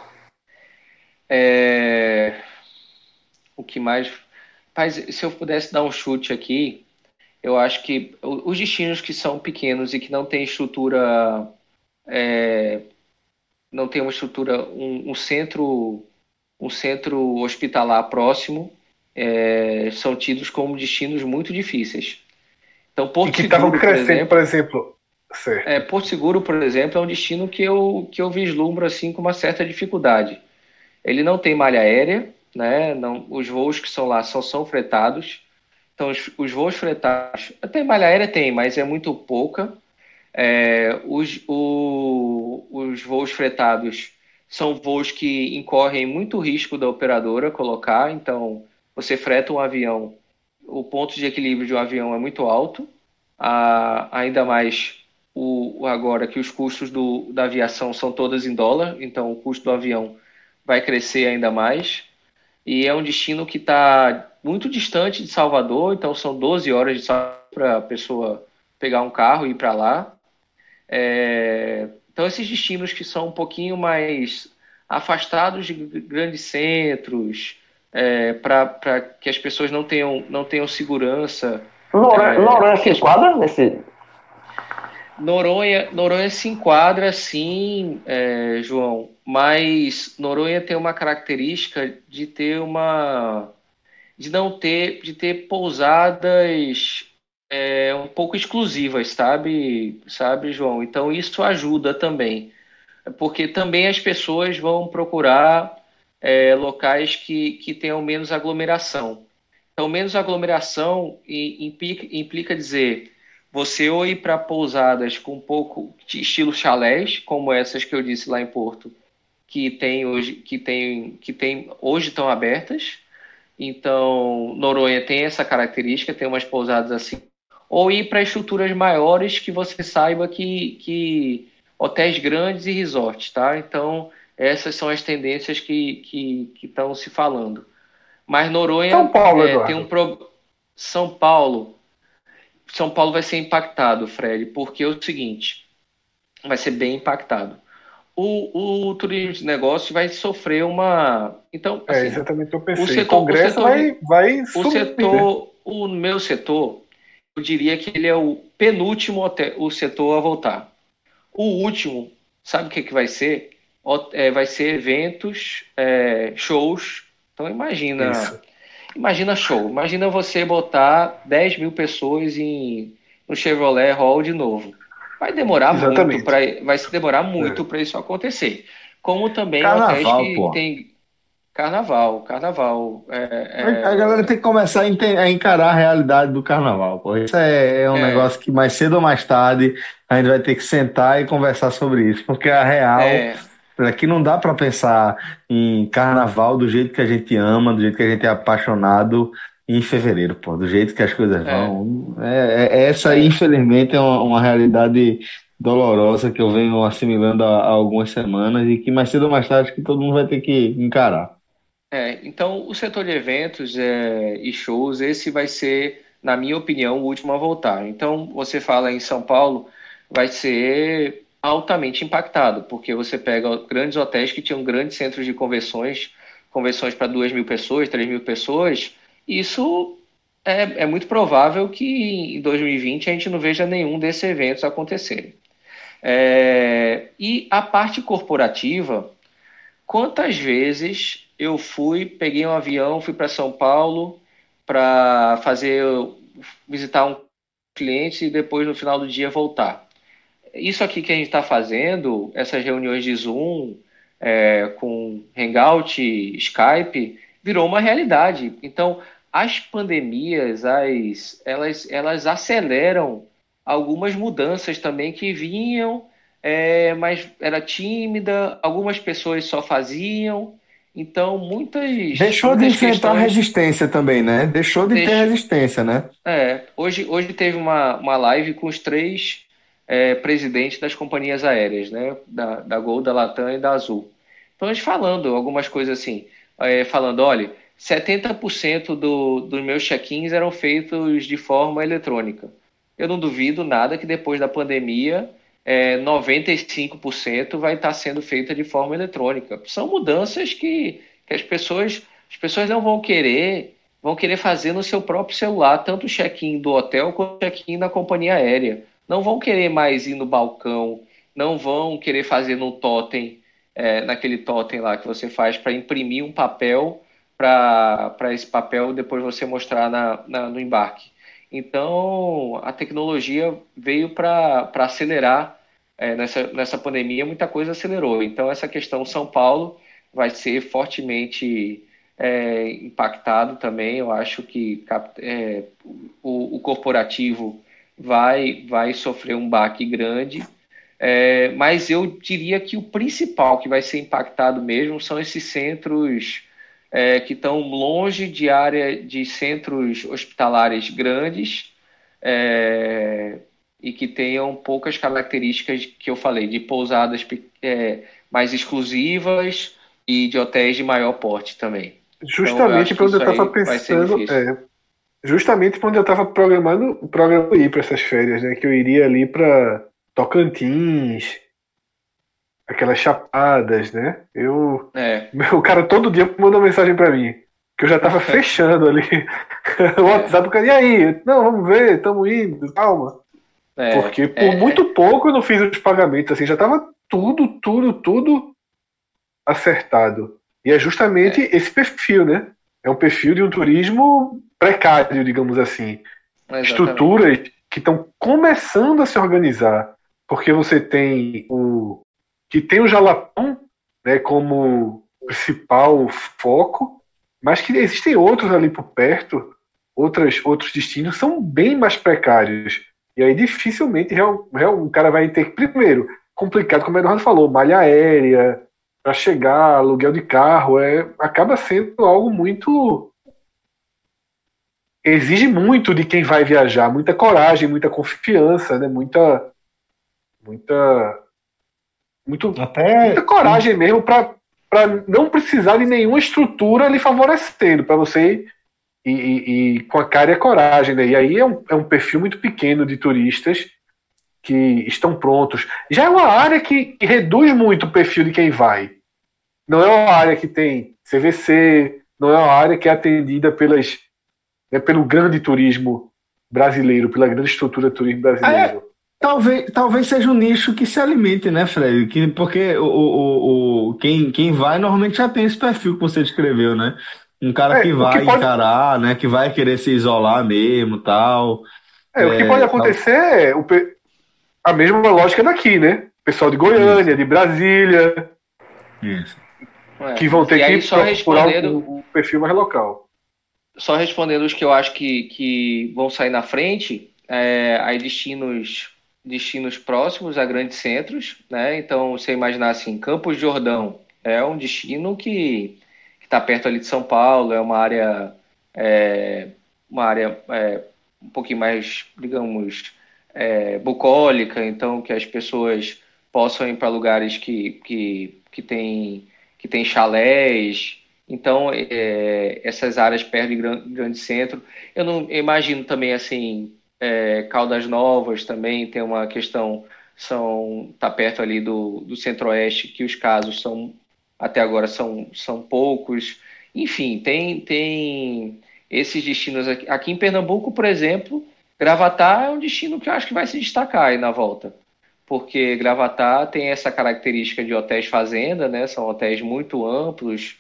É, o que mais. Mas se eu pudesse dar um chute aqui, eu acho que os destinos que são pequenos e que não têm estrutura, é, não tem uma estrutura, um, um centro, um centro hospitalar próximo, é, são tidos como destinos muito difíceis. Então, E Porto que estavam Seguro, por crescendo, por exemplo, exemplo. Certo. é, Porto Seguro, por exemplo, é um destino que eu, que eu vislumbro assim com uma certa dificuldade. Ele não tem malha aérea, né? Não, os voos que são lá só são fretados. Então, os, os voos fretados, até malha aérea tem, mas é muito pouca. É, os, o- os voos fretados são voos que incorrem muito risco da operadora colocar. Então, você freta um avião, o ponto de equilíbrio de um avião é muito alto, ah, ainda mais o, o agora que os custos do, da aviação são todas em dólar, então o custo do avião vai crescer ainda mais. E é um destino que está muito distante de Salvador, então são doze horas de Salvador para a pessoa pegar um carro e ir para lá. É, então, esses destinos que são um pouquinho mais afastados de grandes centros, é, para que as pessoas não tenham, não tenham segurança. Noronha, É, Noronha se porque enquadra nesse. Noronha, Noronha se enquadra, sim, é, João, mas Noronha tem uma característica de ter uma, de não ter, de ter pousadas é, um pouco exclusivas, sabe, sabe, João? Então isso ajuda também, porque também as pessoas vão procurar é, locais que, que tenham menos aglomeração. Então, menos aglomeração i- implica, implica dizer você ou ir para pousadas com um pouco de estilo chalés, como essas que eu disse lá em Porto, que tem hoje, que tem, que tem, hoje estão abertas. Então, Noronha tem essa característica, tem umas pousadas assim. ou ir para estruturas maiores que você saiba que, que hotéis grandes e resorts, tá? Então, essas são as tendências que que que estão se falando. Mas São Noronha Paulo, é, tem um Eduardo. pro... São Paulo, São Paulo vai ser impactado, Fred, porque é o seguinte, vai ser bem impactado. O, o turismo de negócios vai sofrer uma. Então, É assim, exatamente o que eu o pensei. O setor, o Congresso setor de, vai, vai o sumir, né? setor, o meu setor, eu diria que ele é o penúltimo hotel, o setor a voltar. O último, sabe o que, que vai ser? Hot- é, vai ser eventos, é, shows. Então imagina, Isso. imagina show. Imagina você botar dez mil pessoas em no Chevrolet Hall de novo. Vai demorar muito Exatamente. para, vai se demorar É. muito para isso acontecer. Como também hotéis Carnaval, que pô. tem carnaval, carnaval. A a galera É, tem que começar a, enten- a encarar a realidade do carnaval, pô. Isso é, é um é, é, negócio que mais cedo ou mais tarde a gente vai ter que sentar e conversar sobre isso, porque a real é, é que não dá para pensar em carnaval do jeito que a gente ama, do jeito que a gente é apaixonado em fevereiro, pô, do jeito que as coisas é, vão. É, é- essa, aí, é. infelizmente, é uma, uma realidade dolorosa que eu venho assimilando há, há algumas semanas e que mais cedo ou mais tarde acho que todo mundo vai ter que encarar. É, então, o setor de eventos é, e shows, esse vai ser, na minha opinião, o último a voltar. Então, você fala em São Paulo, vai ser altamente impactado, porque você pega grandes hotéis que tinham grandes centros de convenções, convenções para duas mil pessoas, três mil pessoas, isso é, é muito provável que em dois mil e vinte a gente não veja nenhum desses eventos acontecerem. É, e a parte corporativa. Quantas vezes eu fui, peguei um avião, fui para São Paulo para fazer visitar um cliente e depois no final do dia voltar. Isso aqui que a gente está fazendo, essas reuniões de Zoom, é, com Hangout, Skype, virou uma realidade. Então, as pandemias, as, elas, elas aceleram algumas mudanças também que vinham, é, mas era tímida, algumas pessoas só faziam. Então, muitas, Deixou de muitas enfrentar questões resistência também, né? Deixou de ter deixam. resistência, né? É, hoje, hoje teve uma, uma live com os três é, presidentes das companhias aéreas, né? Da, da Gol, da Latam e da Azul. Então, eles falando algumas coisas assim, é, falando, olha, setenta por cento do, dos meus check-ins eram feitos de forma eletrônica. Eu não duvido nada que depois da pandemia, é, noventa e cinco por cento vai estar sendo feita de forma eletrônica. São mudanças que, que as pessoas, as pessoas não vão querer vão querer fazer no seu próprio celular, tanto o check-in do hotel quanto o check-in da companhia aérea. Não vão querer mais ir no balcão, não vão querer fazer no totem, é, naquele totem lá que você faz para imprimir um papel, para esse papel depois você mostrar na, na, no embarque. Então, a tecnologia veio para acelerar, é, nessa, nessa pandemia, muita coisa acelerou. Então, essa questão São Paulo vai ser fortemente é, impactado também. Eu acho que é, o, o corporativo vai, vai sofrer um baque grande, é, mas eu diria que o principal que vai ser impactado mesmo são esses centros é, que estão longe de área de centros hospitalares grandes, é, e que tenham poucas características que eu falei, de pousadas é, mais exclusivas e de hotéis de maior porte também. Então, eu Justamente acho que para onde eu isso estava aí vai ser pensando, difícil. é, justamente para onde eu estava programando, programando ir para essas férias, né? Que eu iria ali para Tocantins, aquelas chapadas, né? Eu, É, o cara todo dia mandou mensagem para mim, que eu já estava fechando ali o é, WhatsApp, o cara, e aí? Não, vamos ver, estamos indo, calma. é, Porque por é, muito pouco eu não fiz os pagamentos, assim, já estava tudo, tudo, tudo acertado. E é justamente é, esse perfil, né? É um perfil de um turismo precário, digamos assim. é, exatamente. Estruturas que estão começando a se organizar, porque você tem o que tem o Jalapão, né, como principal foco, mas que existem outros ali por perto, outras, outros destinos são bem mais precários. E aí dificilmente real, real, o cara vai ter que, primeiro, complicado, como o Eduardo falou, malha aérea, para chegar, aluguel de carro, é, acaba sendo algo muito exige muito de quem vai viajar, muita coragem, muita confiança, né? Muita, muita, muito, Até muita coragem mesmo para não precisar de nenhuma estrutura lhe favorecendo, para você ir e, e, e com a cara e a coragem, né? E aí é um, é um perfil muito pequeno de turistas que estão prontos. Já é uma área que, que reduz muito o perfil de quem vai. Não é uma área que tem C V C, não é uma área que é atendida pelas, né, pelo grande turismo brasileiro, pela grande estrutura do turismo brasileiro. É, talvez, talvez seja um nicho que se alimente, né, Fred? Que, porque o, o, o, quem, quem vai normalmente já tem esse perfil que você descreveu, né? Um cara É, que o vai que pode- encarar, né? Que vai querer se isolar mesmo, tal. É, o que É, pode acontecer é o pe- a mesma lógica daqui, né? Pessoal de Goiânia, de Brasília, Isso. É. que vão ter E aí, que só procurar respondendo, um, um perfil mais local. só respondendo os que eu acho que, que vão sair na frente, é, aí destinos, destinos próximos a grandes centros, né? Então, você imaginar assim, Campos de Jordão é um destino que está perto ali de São Paulo, é uma área, é, uma área é, um pouquinho mais, digamos, é, bucólica, então que as pessoas possam ir para lugares que, que, que tem, que tem chalés. Então, é, essas áreas perto de gran- grande centro. Eu não eu imagino também assim, é, Caldas Novas também tem uma questão, são tá perto ali do, do Centro-Oeste, que os casos são até agora são, são poucos. Enfim, tem, tem esses destinos aqui. Aqui em Pernambuco, por exemplo, Gravatá é um destino que eu acho que vai se destacar aí na volta. Porque Gravatá tem essa característica de hotéis fazenda, né? São hotéis muito amplos,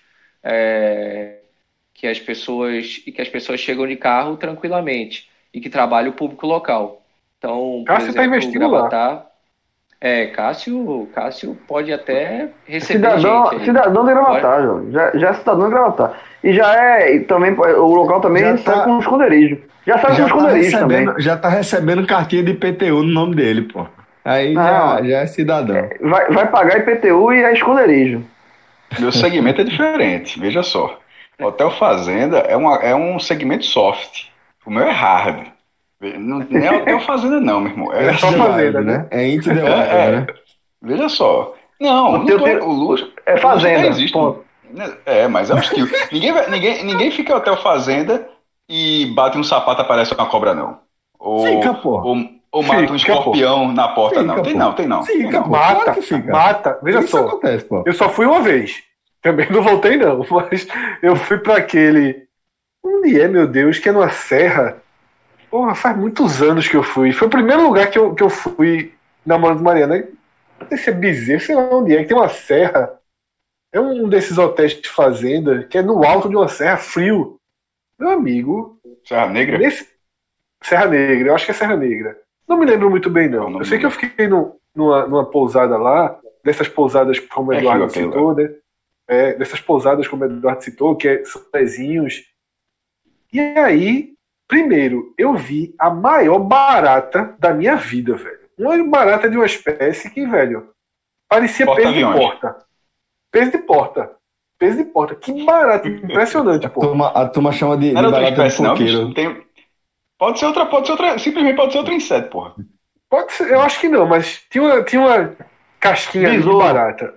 é, que as pessoas e que as pessoas chegam de carro tranquilamente e que trabalha o público local. Então, por Cássio está exemplo, investindo lá. Gravatá, é, Cássio, Cássio pode até receber Cidadão, gente aí. cidadão de Gravatá, João. Já, já é cidadão de Gravatá. E já é, e também, o local também Já sai tá- com esconderijo. Já sai com Já tá, esconderijo também. recebendo, já tá recebendo cartinha de I P T U no nome dele, pô. Aí Não, já, já é cidadão. Vai, vai pagar I P T U e é esconderijo. Meu segmento é diferente, veja só. Hotel Fazenda é, uma, é um segmento soft. O meu é hard. Não, não é Hotel Fazenda, não, meu irmão. É, É só The fazenda, Wild, né? É Into the É, Wild, é. né? Veja só. Não, O não teu tô- tem- o luxo. é o luxo fazenda, até existe. ponto. É, mas é um estilo. ninguém, vai- ninguém, ninguém fica em Hotel Fazenda e bate um sapato e aparece uma cobra, não. Ou, Fica, pô. ou, ou mata um Fica, escorpião na porta, Fica, não. Tem pô. não, tem não. tem Fica, não. pô. Mata, Claro que fica. mata. Veja Isso só, acontece, pô. eu só fui uma vez. Também não voltei, não. Mas eu fui para aquele. Onde é, meu Deus? Que é numa serra. Porra, faz muitos anos que eu fui. Foi o primeiro lugar que eu, que eu fui namorando Mariana. Não sei se é Bezerro, sei lá onde é, que tem uma serra. É um desses hotéis de fazenda, que é no alto de uma serra, frio. Meu amigo, Serra Negra? nesse. Serra Negra, eu acho que é Serra Negra. Não me lembro muito bem, não. Não, não Eu sei me que eu fiquei no- numa, numa pousada lá, dessas pousadas como o É Eduardo aquilo, citou, né? É, dessas pousadas como o Eduardo citou, que é, são pezinhos. E aí, primeiro, eu vi a maior barata da minha vida, velho. Uma barata de uma espécie que, velho, parecia peso de Porta-aviões. porta. Peso de porta. Peso de porta. Que barata impressionante, A pô. turma, a turma chama de, de Não era outra barata de espécie, não, bicho. coqueiro. Tem... Pode ser outra, pode ser outra. Simplesmente pode ser outro inseto, porra. Pode ser, eu acho que não, mas tinha uma, tinha uma casquinha ali de Besouro. barata.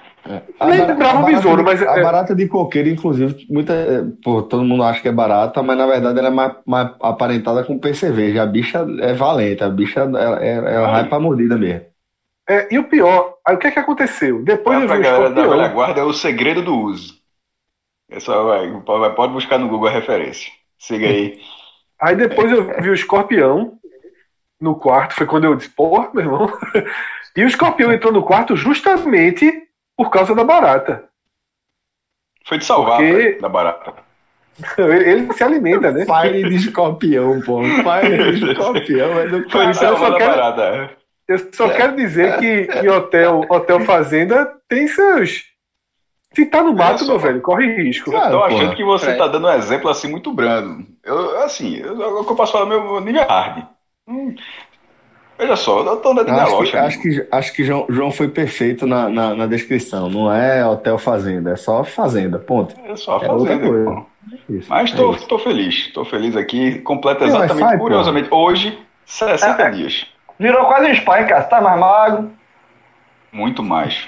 A Nem bara- lembrava a o barata besouro, de- mas A é- barata de coqueiro, inclusive, muita, é, pô, todo mundo acha que é barata, mas na verdade ela é mais, mais aparentada com percevejo. A bicha é valente, a bicha ela, ela, ela vai pra mordida mesmo. É, e o pior, aí o que é que aconteceu? Depois Tá eu pra vi o galera da velha escorpião. guarda é o segredo do uso. É só, vai, pode pode buscar no Google a referência. Siga aí. Aí depois eu vi o escorpião no quarto, foi quando eu disse, porra, meu irmão. E o escorpião entrou no quarto justamente por causa da barata. Foi de salvar Porque- da barata. Ele, ele se alimenta, né? Fire de escorpião, pô. Fire de escorpião é do Foi cara. de salvar só da quero- barata. é. Eu só quero dizer que, que hotel, hotel Fazenda tem seus. Se tá no mato, Olha só. meu velho, corre risco. Claro. Tô Ah, achando porra. que você É. tá dando um exemplo assim muito brando. Eu, assim, eu, o que eu posso falar, meu nível é hard. Hum, veja só, eu tô dando minha Acho que, loja. acho que, acho que João, João foi perfeito na, na, na descrição. Não é hotel fazenda, é só fazenda, ponto. É só É outra fazenda, coisa. pô. Isso, Mas é tô, isso. tô feliz. Tô feliz aqui. Completa Tem exatamente, Wi-Fi, curiosamente, hoje, sessenta É, é. dias. Virou quase um spy, cara. Tá mais magro. Muito mais.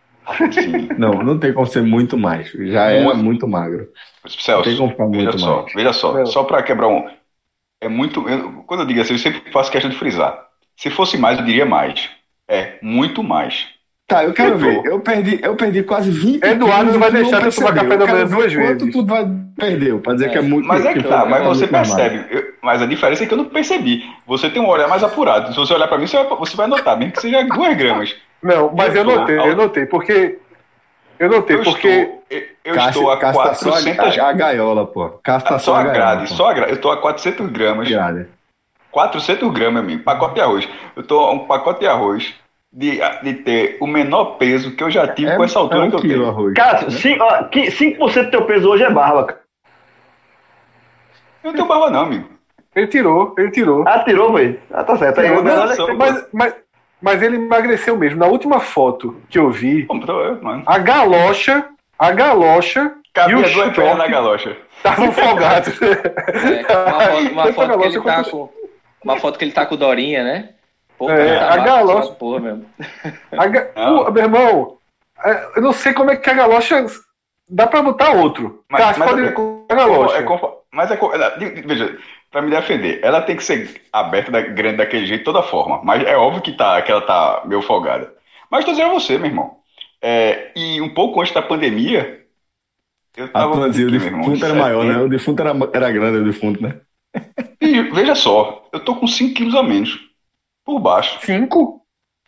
Sim. Não, não tem como ser muito mais. Já era Muito. muito magro. Não tem Celso, como ficar veja muito só, mais. veja só. Não. Só para quebrar um. É muito. eu- quando eu digo assim, eu sempre faço questão de frisar. Se fosse mais, eu diria mais. É, muito mais. Tá, eu quero Eu ver. tô. Eu perdi, eu perdi quase vinte Eduardo quilos não e vai tu deixar tu tomar percebeu. café da Eu quero manhã ver duas quanto vezes. tu vai perder, pra dizer É. que é muito Mas é que que tu tá, mas é você muito mais magro. percebe. eu- mas a diferença é que eu não percebi. Você tem um olhar mais apurado. Se você olhar pra mim, você vai, você vai notar, mesmo que seja duas gramas. Não, mas eu Eu tô notei, ao- eu notei, porque. Eu notei, Eu porque. estou. Eu, eu estou Cássio, a Cássio tá só quatrocentas. a, a gaiola, pô. Cássio tá Só só a a gaiola, grade, pô. só a grade. Eu tô a quatrocentas gramas. Grade. quatrocentas gramas, amigo. Pacote de arroz. Eu tô a um pacote de arroz de, de ter o menor peso que eu já tive É, com essa é altura um que eu quilo tenho. arroz. Cara, cinco, ó, qui- cinco por cento do teu peso hoje é barba, cara. Eu não tenho barba, não, amigo. Ele tirou, ele tirou. Ah, tirou, velho. Ah, tá certo. Aí, Tirou, o melhor não, é só- que- Mas, mas, mas ele emagreceu mesmo. Na última foto que eu vi, Pô, tô eu, mano. a galocha, a galocha e Cabia o duas pernas na short galocha. estavam folgados. É, uma foto, uma Tanto a foto que galocha ele tá quanto- com. Uma foto que ele tá com o Dorinha, né? Pô, É, tá a magro, galocha- essa porra mesmo. A ga- Não. Pô, meu irmão, é, eu não sei como é que a galocha. Dá pra botar outro. Mas, Cássio, mas pode é, a co- galocha. é confa- mas é co- ela- de- veja, pra me defender, ela tem que ser aberta da, grande daquele jeito, de toda forma. Mas é óbvio que, tá, que ela tá meio folgada. Mas tô dizendo a você, meu irmão. É, e um pouco antes da pandemia, eu A tava. com planzinha, o o quê, meu irmão? defunto era maior, né? O defunto era, era grande, o defunto, né? E veja só, eu tô com cinco quilos a menos. Por baixo. Cinco?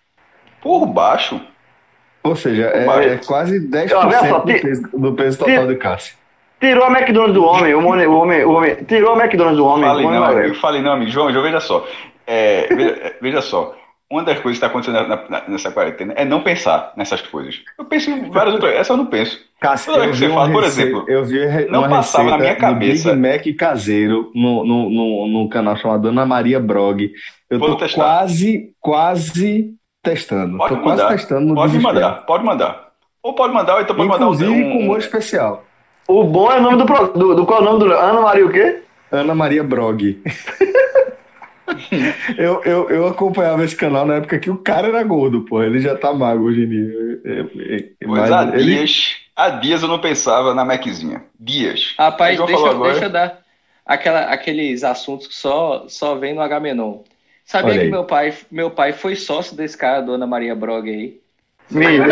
Por baixo. Ou seja, é, Vai. é quase dez Ó, por olha só, cento do ti- peso, do peso total de Cássio. Tirou a McDonald's do homem, o homem, o homem, o homem. Tirou a McDonald's do homem, Falei o homem não, emagrece. eu falei não, amigo. João, João, veja só. É, veja, veja só. Uma das coisas que está acontecendo na- na- nessa quarentena é não pensar nessas coisas. Eu penso em várias outras. Essa eu não penso. Cássio, Toda eu vez vi que você uma fala, por receita, exemplo, eu vi re- não uma passava na receita minha de Big cabeça. Mac caseiro no, no, no, no canal chamado Ana Maria Brog. Eu Vou tô testar. quase, quase testando. Pode tô quase mandar. testando no Pode me desespero. mandar. Pode mandar. Ou pode mandar, ou então pode mandar um. Inclusive com um- molho especial. O bom é o nome do, pro- do, do qual é o nome do Ana Maria o quê? Ana Maria Brog. eu, eu, eu acompanhava esse canal na época que o cara era gordo, pô. Ele já tá magro hoje em dia. É, é, é, Pois mas há ele- dias. Há dias eu não pensava na Maczinha. Dias. Rapaz, Aí João deixa, falou agora. deixa eu dar aquela, aqueles assuntos que só, só vem no Agamenon. Sabia Olha que aí. meu pai, meu pai foi sócio desse cara, Dona Maria Brog aí? Meu,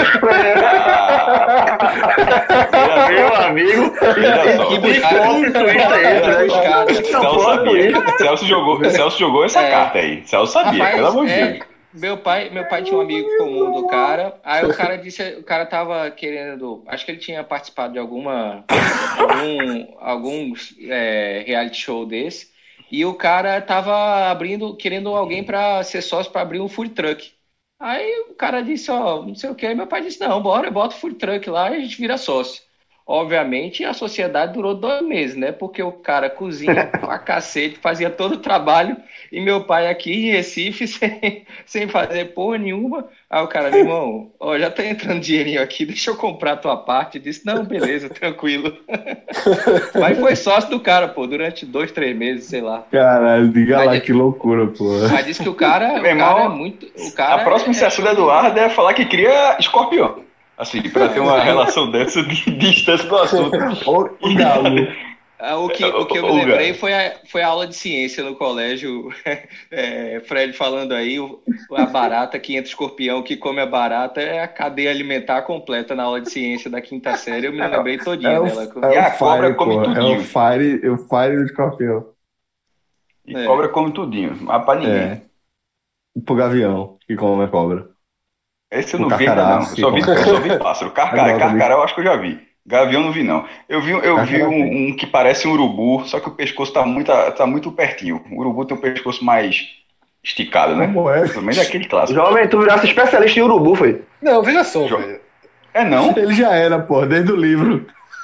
Ah, meu amigo. Veja só. Que Que buscada. hipócrita é esse, né? Buscada. Celso sabia. Celso jogou, Celso jogou essa É. carta aí. Celso sabia, Rapaz, pelo amor de é, Deus. meu pai, meu pai tinha um amigo comum do cara. Aí o cara disse, o cara tava querendo, acho que ele tinha participado de alguma, algum, alguns é, reality show desse. E o cara tava abrindo, querendo alguém para ser sócio para abrir um food truck. Aí o cara disse, ó, não sei o que. Aí meu pai disse, não, bora, eu boto o food truck lá e a gente vira sócio. Obviamente a sociedade durou dois meses, né? Porque o cara cozinha pra cacete, fazia todo o trabalho, e meu pai aqui em Recife, sem, sem fazer porra nenhuma. Aí o cara, meu irmão, ó, já tá entrando dinheirinho aqui, deixa eu comprar a tua parte. Eu disse, não, beleza, tranquilo. Mas foi sócio do cara, pô, durante dois, três meses, sei lá. Caralho, diga lá Mas- que loucura, pô. Mas disse que o cara, o Meu irmão, cara é muito. O cara A próxima é, inserção do Eduardo é falar que cria escorpião. Assim, pra ter uma relação dessa de distância do assunto. Ô, o galo. Ah, O que, o que eu me Olga. lembrei foi a, foi a aula de ciência no colégio. É, Fred falando aí, o- a barata que entra escorpião, que come a barata, é a cadeia alimentar completa na aula de ciência da quinta série. Eu me lembrei todinha É o, dela. é E a o cobra Fire, come pô. É tudinho. o Fire, é o Fire do escorpião. E É. cobra come tudinho. Mas pra ninguém. É. Pro gavião, que come a cobra. Esse eu O não vi ainda, não. Eu carcará, só vi, que eu só vi pássaro. Carcará, Agora, carcará eu acho que eu já vi. Gavião não vi, não. Eu vi, eu vi Carcará um, um que parece um urubu, só que o pescoço tá muito, tá muito pertinho. O urubu tem um pescoço mais esticado, né? Como é? Pelo menos é aquele clássico. Jovem, tu virasse especialista em urubu, foi? Não, veja só, Jo- velho. É não? Ele já era, pô, desde o livro.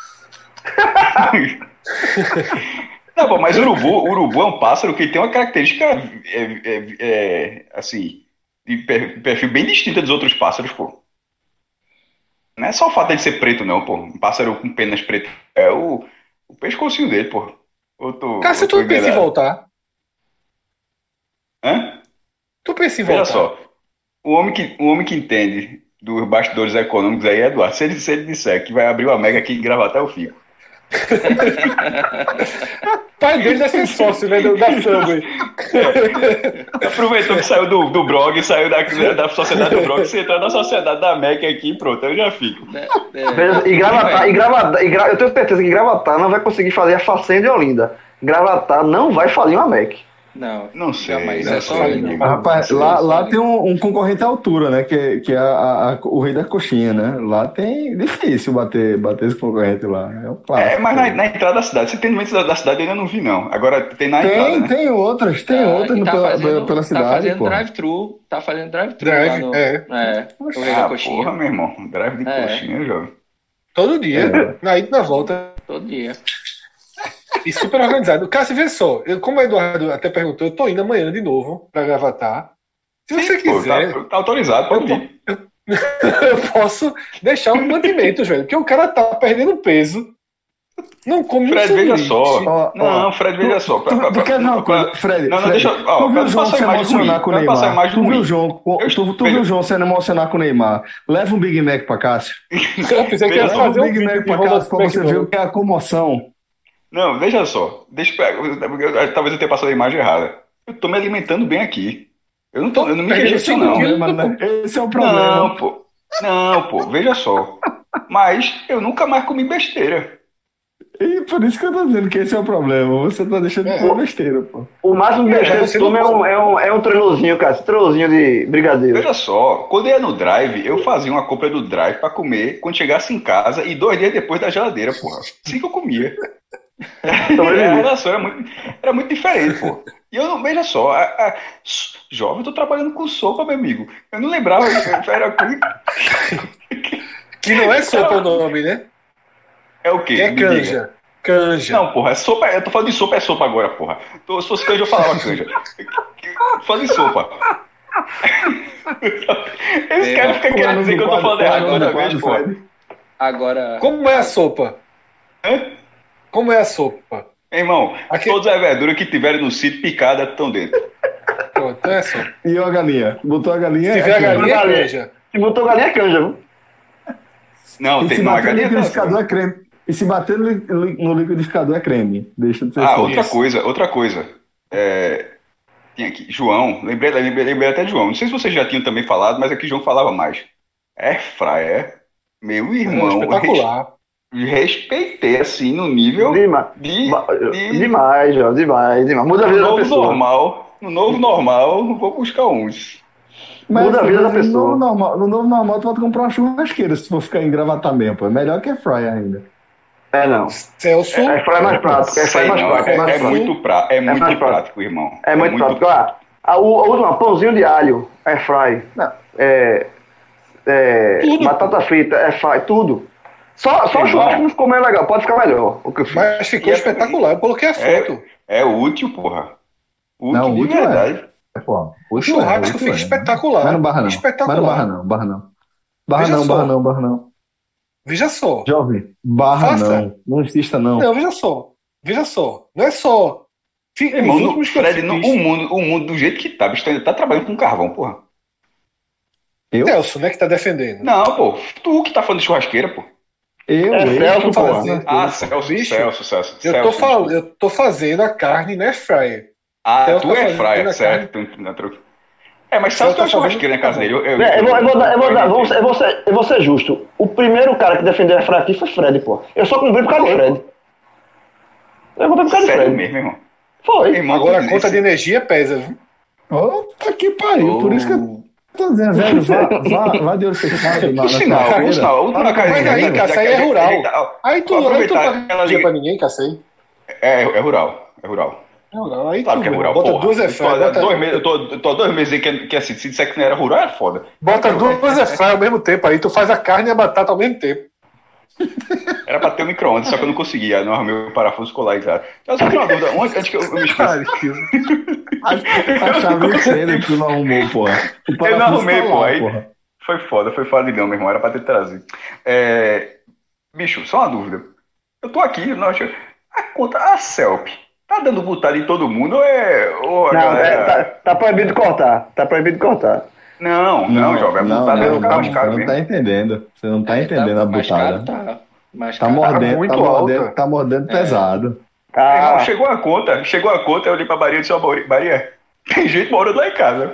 Não, pô, mas urubu, urubu é um pássaro que tem uma característica é, é, é, assim, de per- perfil bem distinta dos outros pássaros, pô. Não é só o fato de ser preto, não, pô. Um pássaro com penas pretas. É o, O pescocinho dele, porra. Ou tô, Cara, se ou tô tu pensa em enganado? voltar, Hã? tu pensa em Veja voltar. só. O homem que, o homem que entende dos bastidores econômicos aí é Eduardo. Se ele, se ele disser que vai abrir uma mega aqui em Gravatar, eu fico. O pai dele deve ser sócio, né? Da Subway. Aproveitou que saiu do, do blog, saiu da, da sociedade do blog, você entrou na sociedade da Mac aqui e pronto, eu já fico. Veja, E Gravatar, e Gravatar, e Gra- eu tenho certeza que Gravatar não vai conseguir fazer a façanha de Olinda. Gravatar não vai falir uma Mac. Não, Não sei, jamais. não É só sei, ali. amigo. Mas, rapaz, Sim, lá, sim. lá tem um, um concorrente à altura, né? Que, que é a, a- a- o rei da coxinha, né? Lá tem difícil bater, bater esse concorrente lá. É um clássico. É, mas na, na entrada da cidade, você tem no meio da, da cidade eu ainda não vi, não. Agora tem na entrada, Tem, né? tem outras, tem Tá, outras e no- tá pela, fazendo, pela tá cidade, fazendo pô. drive-thru. Tá fazendo drive-thru Drive, lá no. é. É, o rei da Ah, coxinha. porra, meu irmão. Drive de É. coxinha, jovem. Todo dia, É. na ida e na volta. Todo dia. E super organizado. Cássio, vê só, eu, como o Eduardo até perguntou, eu tô indo amanhã de novo pra Gravatar. Se você Pô, quiser, tá, tá autorizado, pode eu, ir. eu posso deixar um mantimentos, velho. Porque o cara tá perdendo peso. Não come um Fred, veja sanduíche. só. Ó, Não, ó, Fred, veja tu- só. Tu, tu quer ver uma coisa, Fred? Não, não, Fred, deixa eu. Ó, tu viu pra o João passar se a imagem emocionar ruim. com o Pra passar a Neymar? imagem Tu viu ruim. o João, Eu- tu, tu veja- viu o João se emocionar com o Neymar? Leva um Big Mac pra Cássio. Eu pensei que ia Veja, Leva um fazer um Big vídeo Mac de pra Ronald Cássio pra você ver o McDonald. que é a comoção. Não, veja só. Deixa eu, eu- eu- talvez eu tenha passado a imagem errada. Eu tô me alimentando bem aqui. Eu não, tô, eu não me Perdendo queixo, cinco não. quilos. Problema, né? Esse é o problema. Não, pô. Não, pô, veja só. Mas eu nunca mais comi besteira. E por isso que eu tô dizendo que esse é o problema. Você tá deixando de É. comer besteira, pô. O máximo de É, besteira você que toma é não um, é um, é um trelozinho, cara. Trelozinho de brigadeiro. Veja só, quando eu ia no drive, eu fazia uma compra do drive pra comer quando chegasse em casa e dois dias depois da geladeira, porra. Assim que eu comia. Sobrevivi. A relação era muito, era muito diferente, pô. E eu não, veja só, a, a- s- jovem, eu tô trabalhando com sopa, meu amigo. Eu não lembrava, eu- era, Que não é sopa o nome, né? é o quê? É Me diga. canja. Canja. Não, porra, é sopa, eu tô falando de sopa, é sopa agora, porra. Tô, se fosse canja, eu falava canja. Falando de sopa. Eles É, querem ficar querendo dizer que eu tô falando errado toda vez, porra. Agora. Como é a sopa? Hã? Como é a sopa? Irmão, Aqui- todas as verduras que tiverem no sítio picada estão dentro. Pronto, então é sopa. E a galinha? Botou a galinha? Se é tiver a canja. galinha, é galinha. canja. Se botou galinha, é canja, viu? Não, E tem se não, a bater no galinha tá- liquidificador é creme. E se bater no, li- no liquidificador é creme. Deixa de ser Ah, feio. outra coisa, outra coisa. É, tinha aqui, João, lembrei, lembrei, lembrei até de João. Não sei se vocês já tinham também falado, mas aqui João falava mais. É fryer, meu É irmão, espetacular. res- respeitei assim no nível Dima- de, Ba- de Demais, João, demais, demais. Muda a no vida da novo pessoa. normal. No novo normal, vou buscar uns. Mas, Muda a vida da no pessoa. novo normal, no novo normal, tu pode comprar uma churrasqueira se for ficar em Gravatar mesmo, pô. É melhor que a fryer ainda. É, não. Celso. É fry mais prático, é Sei fry mais não, prático. é, mais é prático. muito, pra, é muito mais prático. prático, irmão. É muito prático. Ah, a, o- a última, pãozinho de alho, é fry. Não, É, é, Tudo. batata frita, é fry, tudo. Só, só o Irmão. churrasco não ficou mais legal, pode ficar melhor. O que eu fiz. Mas ficou E é- espetacular. Eu coloquei a foto. É útil, porra. Útil Não, de útil é. verdade. É, pô. O churrasco fica espetacular. Mas não barra não. Espetacular. Mas não barra não, barra não. Barra Veja não, só. barra não, barra não. Veja só. Jovem, barra Faça. não. Não insista não. Não, veja só. Veja só. Não é só. Fi- Irmão, os no, últimos que eu Fred, no, fiz- o, mundo, o mundo do jeito que tá, bicho, tu ainda tá trabalhando com carvão, porra. Eu? Celso, né, que tá defendendo. Não, pô, tu que tá falando de churrasqueira, pô. Eu, É, eu, Celso, tô pô. fazendo- Ah, Celso, Bicho, Celso, Celso, Eu Celso. tô, fal... eu tô fazendo a carne na air fryer. Ah, Celso tu tá é fazendo fraia, na certo? Tu- na tru- É, mas Celso Celso é tá churrasqueira na casa dele. Eu, eu, É, eu, vou, eu, vou dar, eu, vou dar, vou, eu, vou ser, eu vou ser justo. O primeiro cara que defendeu a Fry aqui foi Fred, pô. Eu só comprei por causa de Fred. Eu comprei por causa de Sério Fred. mesmo, irmão. Foi. Irmão, Agora a tu- conta esse- de energia pesa, viu? Ô, tá que pariu. Por isso que eu tô dizendo, velho, vá, vá, vá de olho fechado. na- Por na sinal, churrasqueira. por sinal, a última Vai casa Vai daí, daí, cara, isso aí é rural. Aí tu, Vou aí tu aproveitar paga aquela energia liga- pra ninguém, Cacei. É, é rural, é rural. É rural. Aí Claro tu que é rural, bota porra. duas Eu air tô, fryer, há bota, dois meses, eu tô, eu tô há dois meses aí que, que assim, se disser que não era rural, é foda. bota duas air fryer ao mesmo tempo. Aí tu faz a carne e a batata ao mesmo tempo. Era pra ter um micro-ondas, só que eu não conseguia, não arrumei o parafuso colar e cara. Eu só tenho uma dúvida, antes antes que eu, eu me esqueça. A chave de fenda que tu não arrumou, porra. O Eu não parafuso arrumei, tá pô. lá, Aí porra. foi foda, foi fadigão, meu irmão. Era pra ter trazido. É, bicho, só uma dúvida. Eu tô aqui, nós, A conta, a Celp, tá dando butada em todo mundo ou é. Ou a Não, galera... é, tá, tá proibido cortar. Tá proibido cortar. Não, não, jovem, a não, butada não, é ficar mais não, caro você não mesmo. tá entendendo. Você não tá É, entendendo tá a mais butada. caro, tá. Mais Tá caro. mordendo, muito tá mordendo, alta. tá mordendo pesado. Irmão, Ah, chegou a conta, chegou a conta, eu olhei pra Maria e disse, ó, Maria, tem gente morando lá em casa.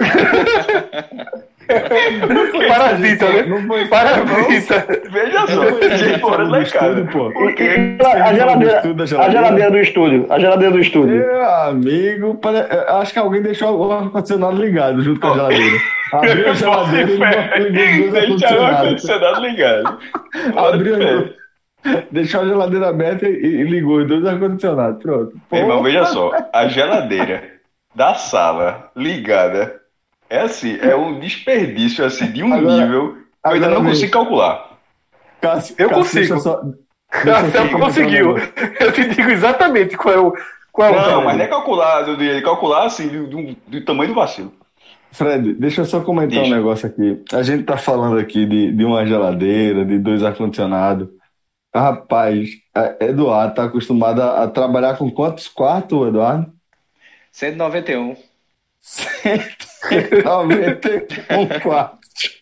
Parasita, né? Não foi Parasita. Veja só, tem gente morando lá em casa. pô. Por quê? e a geladeira, Estudo da a geladeira. geladeira do estúdio. A geladeira do estúdio. Meu amigo, pare- eu acho que alguém deixou o ar-condicionado ligado junto com a geladeira. Abriu a geladeira e não ligou os dois Deixaram o ar-condicionados. ar-condicionado ligado. Abriu, deixou a geladeira aberta e, e ligou os dois ar-condicionados. Pronto. Meu irmão, Pô, veja só, a geladeira da sala ligada é assim, é um desperdício assim de um Agora- nível que eu ainda agora não vem. consigo calcular. Cássio, Eu Cássio, consigo. deixa eu só- deixa eu A só Celp comentar um conseguiu. negócio. Eu te digo exatamente qual é o. Qual é o Não, valor. mas não é calcular, do, de calcular assim, do, do, do tamanho do vacilo. Fred, deixa eu só comentar Diz. um negócio aqui. A gente tá falando aqui de, de uma geladeira, de dois ar-condicionados. Rapaz, a- Eduardo tá acostumado a, a trabalhar com quantos quartos, Eduardo? cento e noventa e um. cento e noventa e um quartos.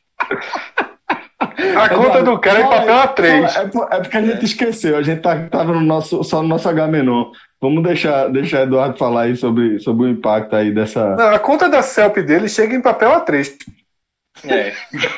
A conta do cara é em papel A três. É, por- é porque a gente esqueceu, a gente tá, tava no nosso, só no nosso Agamenon. Vamos deixar, deixar Eduardo falar aí sobre, sobre o impacto aí dessa. Não, a conta da Celp dele chega em papel A três. É.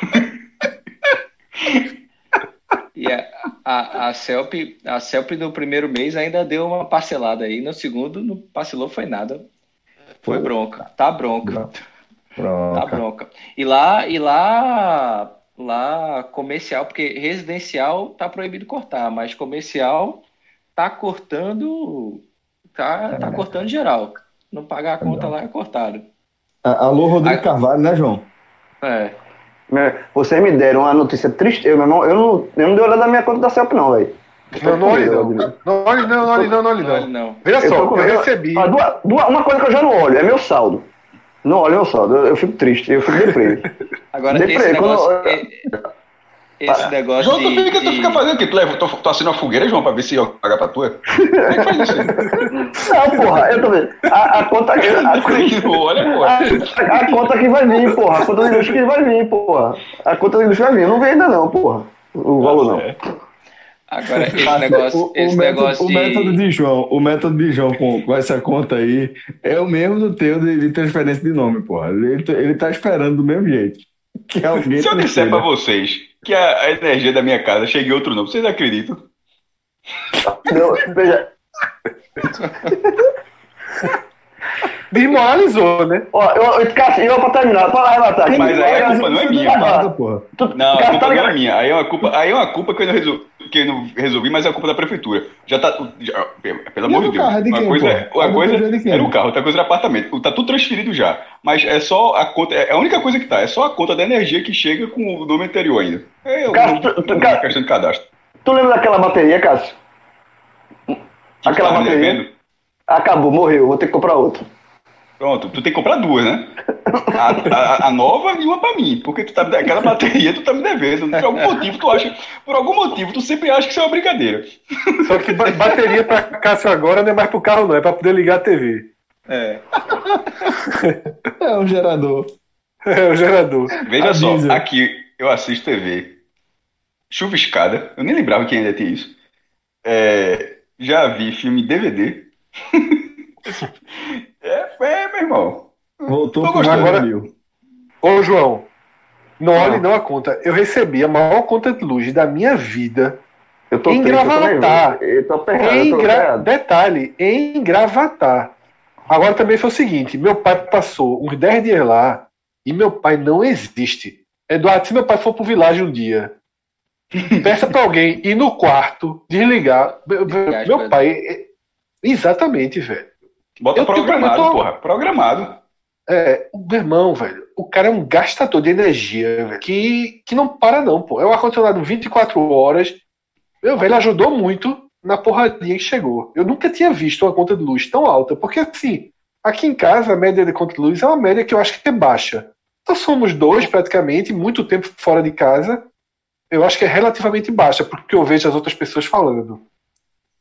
E a, a, a, Celp, a Celp no primeiro mês ainda deu uma parcelada aí, no segundo não parcelou foi nada. Foi bronca, tá bronca, Pronto. tá bronca. E lá, e lá, lá comercial, porque residencial tá proibido cortar, mas comercial tá cortando, tá, tá cortando geral. Não pagar a conta lá é cortado. A- Alô, Rodrigo Aí- Carvalho, né, João? É. Né, vocês me deram uma notícia triste. Eu, meu irmão, eu não, eu não dei olhada da minha conta da Celp, não, velho. Não, não olhe não. Não olhe não, não olhe não, não olhe Não, não. não. Veja Eu só, tô eu com- recebi. Ah, duas- duas- uma coisa que eu já não olho é meu saldo. Não olho meu saldo. Eu, eu fico triste, eu fico deprimido. Agora, Deprê, esse quando- negócio, e- esse negócio João, tu de, fica, tu de- fica fazendo o quê? Tu, leva, tu, tu assina uma fogueira, João, pra ver se eu pagar pra tu? Como é que faz isso? Não, porra, eu tô vendo. A, a conta que. A, Olha, pô. a, a conta que vai vir, porra. A conta de luxo que vai vir, porra. A conta de luxo vai vir. Eu não vi ainda, não, porra. O valor não. Agora, esse Cássio, negócio, o, o esse método, negócio o de... método de João, o método de João com, com essa conta aí é o mesmo do teu de, de transferência de nome, porra. Ele, t- ele tá esperando do mesmo jeito. Que alguém Se eu disser transfira. pra vocês que a, a energia da minha casa chega em outro nome, vocês acreditam? Não, veja. Desmoralizou, né? Ó, eu, eu, Cássio, eu pra terminar, pra arrematar aqui. Mas aí a culpa não é minha. Nada, porra. Tu- Não, a Cássio, culpa tá não ligado? é minha. Aí é uma culpa, aí é uma culpa que eu não resolvi, que eu não resolvi, mas é a culpa da prefeitura. Já tá. Já, pelo amor E de o Deus. carro é de Uma quem, coisa, pô? é- uma A do coisa P G é de quem? era o carro, outra coisa era o apartamento. Tá tudo transferido já. Mas é só a conta. É a única coisa que tá. É só a conta da energia que chega com o nome anterior ainda. É Cássio, uma, tu- tu- uma questão de cadastro. Tu lembra daquela bateria, Cássio? Tipo, Aquela tava me bateria. devendo? Acabou, morreu. Vou ter que comprar outra. Pronto, tu tem que comprar duas, né? A, a- a nova e uma pra mim. Porque tu tá, aquela bateria tu tá me devendo. Por algum motivo tu acha. Por algum motivo tu sempre acha que isso é uma brincadeira. Só que ba- bateria pra Cássio agora não é mais pro carro, não. É pra poder ligar a T V. É. É um gerador. É o gerador. Veja A só, diesel. aqui eu assisto T V. Chuviscada. Eu nem lembrava que ainda tinha isso. É, já vi filme D V D. é, é, meu irmão. Voltou Tô pro gostando. agora Agora- Ô, João, não olhe não a conta. Eu recebi a maior conta de luz da minha vida Eu tô Em triste, eu tô Gravatar. nervoso. Eu tô aperreado, em eu tô gra... aperreado. Detalhe, em Gravatar. Agora também foi o seguinte, meu pai passou uns dez dias lá e meu pai não existe. Eduardo, se meu pai for pro vilarejo um dia, peça pra alguém ir no quarto, desligar. Meu, Desligar as meu coisas. pai... é- Exatamente, velho. Bota Eu tô- programado, eu tô- porra. Programado. É, o meu irmão, velho, o cara é um gastador de energia, velho, que, que não para não, pô. É um ar-condicionado vinte e quatro horas. Meu velho ajudou muito na porradinha que chegou. Eu nunca tinha visto uma conta de luz tão alta, porque assim, aqui em casa a média de conta de luz é uma média que eu acho que é baixa. Nós somos dois praticamente, muito tempo fora de casa. Eu acho que é relativamente baixa, porque eu vejo as outras pessoas falando.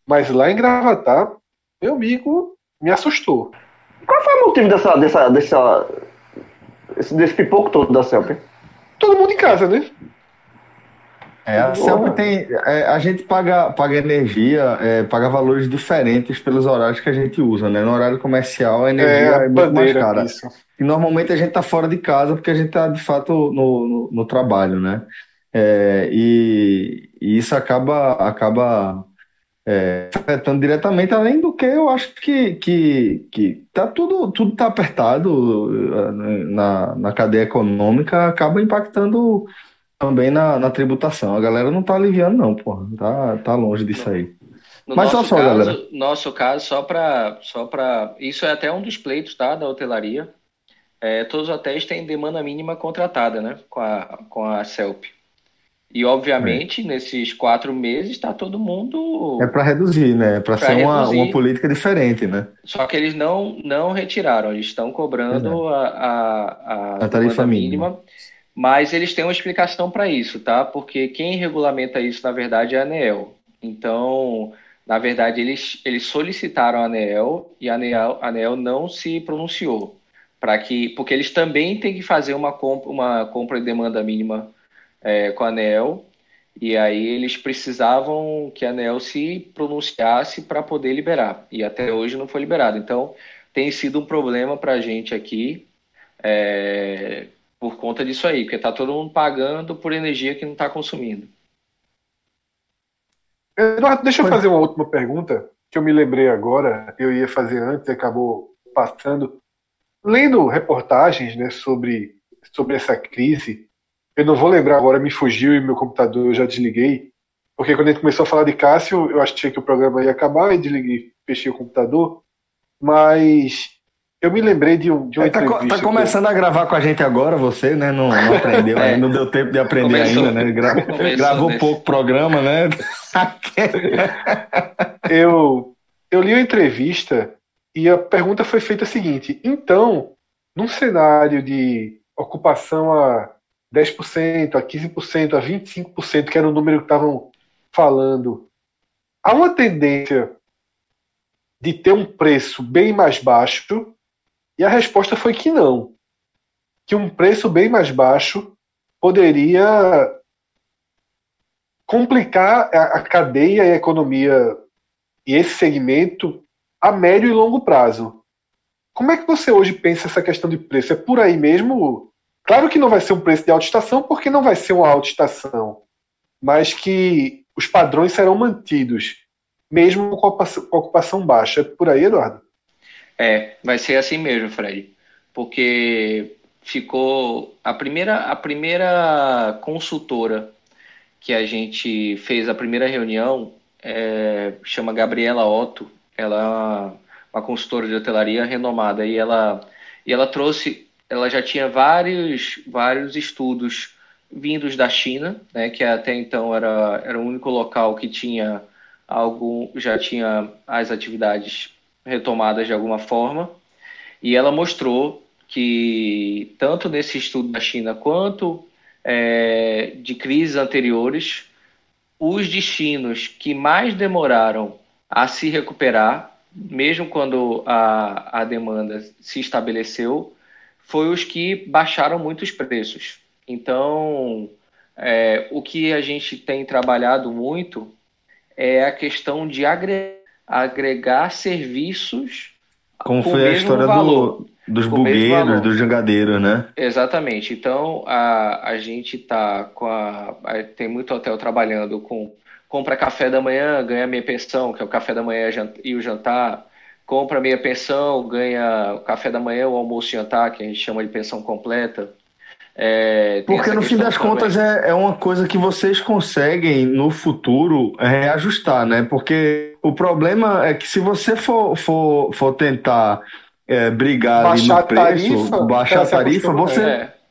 Mas lá em Gravatar, meu amigo, me assustou. Qual foi o motivo dessa, dessa, dessa, desse, desse pipoco todo da Celp? Todo mundo em casa, né? É, a Celp tem. É, a gente paga, paga energia, é, paga valores diferentes pelos horários que a gente usa, né? No horário comercial, a energia É, é, a muito mais bandeira, cara. isso. E normalmente a gente tá fora de casa porque a gente tá de fato no, no, no trabalho, né? É, e, e isso acaba, acaba é, afetando diretamente, além do que eu acho que, que, que tá tudo, tudo tá apertado eh, na, na cadeia econômica, acaba impactando também na, na tributação. A galera não tá aliviando, não, porra. Tá, tá longe disso No, aí. no Mas só nosso só, galera. caso, nosso caso, só para, só para, isso é até um dos pleitos, tá, da hotelaria. É, todos os hotéis têm demanda mínima contratada, né, com a, com a Celp. E, É, obviamente, nesses quatro meses está todo mundo é para reduzir, né? É para para ser uma, uma reduzir. política diferente, né? Só que eles não, não retiraram, eles estão Pois é. cobrando a, a, a A tarifa demanda mínima. mínima, mas eles têm uma explicação para isso, tá? Porque quem regulamenta isso, na verdade, é a ANEEL. Então, na verdade, eles, eles solicitaram a ANEEL e a ANEEL, a ANEEL não se pronunciou. Para que, porque eles também têm que fazer uma compra, uma compra de demanda mínima é, com a ANEEL, e aí eles precisavam que a ANEEL se pronunciasse para poder liberar, e até hoje não foi liberado. Então, tem sido um problema para a gente aqui, é, por conta disso aí, porque está todo mundo pagando por energia que não está consumindo. Eduardo, deixa eu Pois, fazer uma última pergunta, que eu me lembrei agora, eu ia fazer antes e acabou passando. Lendo reportagens, né, sobre, sobre essa crise, eu não vou lembrar agora, me fugiu e meu computador eu já desliguei, porque quando a gente começou a falar de Cássio, eu achei que o programa ia acabar e desliguei, fechei o computador, mas eu me lembrei de, um, de uma é, tá, co- entrevista tá que eu, começando a gravar com a gente agora, você, né? Não, não aprendeu ainda, É, não deu tempo de aprender começou, ainda, né? Gra- começou gravou nesse. pouco programa, né? eu, eu li uma entrevista e a pergunta foi feita a seguinte: então, num cenário de ocupação a dez por cento, a quinze por cento, a vinte e cinco por cento, que era o número que estavam falando, há uma tendência de ter um preço bem mais baixo? E a resposta foi que não, que um preço bem mais baixo poderia complicar a, a cadeia e a economia e esse segmento a médio e longo prazo. Como é que você hoje pensa essa questão de preço? É por aí mesmo? Claro que não vai ser um preço de alta estação, porque não vai ser uma alta estação, mas que os padrões serão mantidos, mesmo com a ocupação, com a ocupação baixa. É por aí, Eduardo? É, vai ser assim mesmo, Fred, porque ficou a primeira, a primeira consultora que a gente fez a primeira reunião, é, chama Gabriela Otto, ela é uma, uma consultora de hotelaria renomada, e ela, e ela trouxe, ela já tinha vários, vários estudos vindos da China, né, que até então era, era o único local que tinha algo, já tinha as atividades retomadas de alguma forma, e ela mostrou que tanto nesse estudo da China quanto é, de crises anteriores, os destinos que mais demoraram a se recuperar, mesmo quando a, a demanda se estabeleceu, foi os que baixaram muito os preços. Então, é, o que a gente tem trabalhado muito é a questão de agregar, agregar serviços Como com o foi a mesmo história valor. do, dos Com o mesmo bugueiros, valor. dos jangadeiros, né? Exatamente. Então, a, a gente tá com a, a- tem muito hotel trabalhando com compra café da manhã, ganha meia pensão, que é o café da manhã jan- e o jantar. Compra meia pensão, ganha o café da manhã, o almoço e jantar, que a gente chama de pensão completa. É, tem Porque essa no fim questão das contas também. é, é uma coisa que vocês conseguem no futuro reajustar, né? Porque o problema é que se você for, for, for tentar é, brigar ali Baixar no a preço, tarifa, o baixar cara a se tarifa, acostuma. você É. É.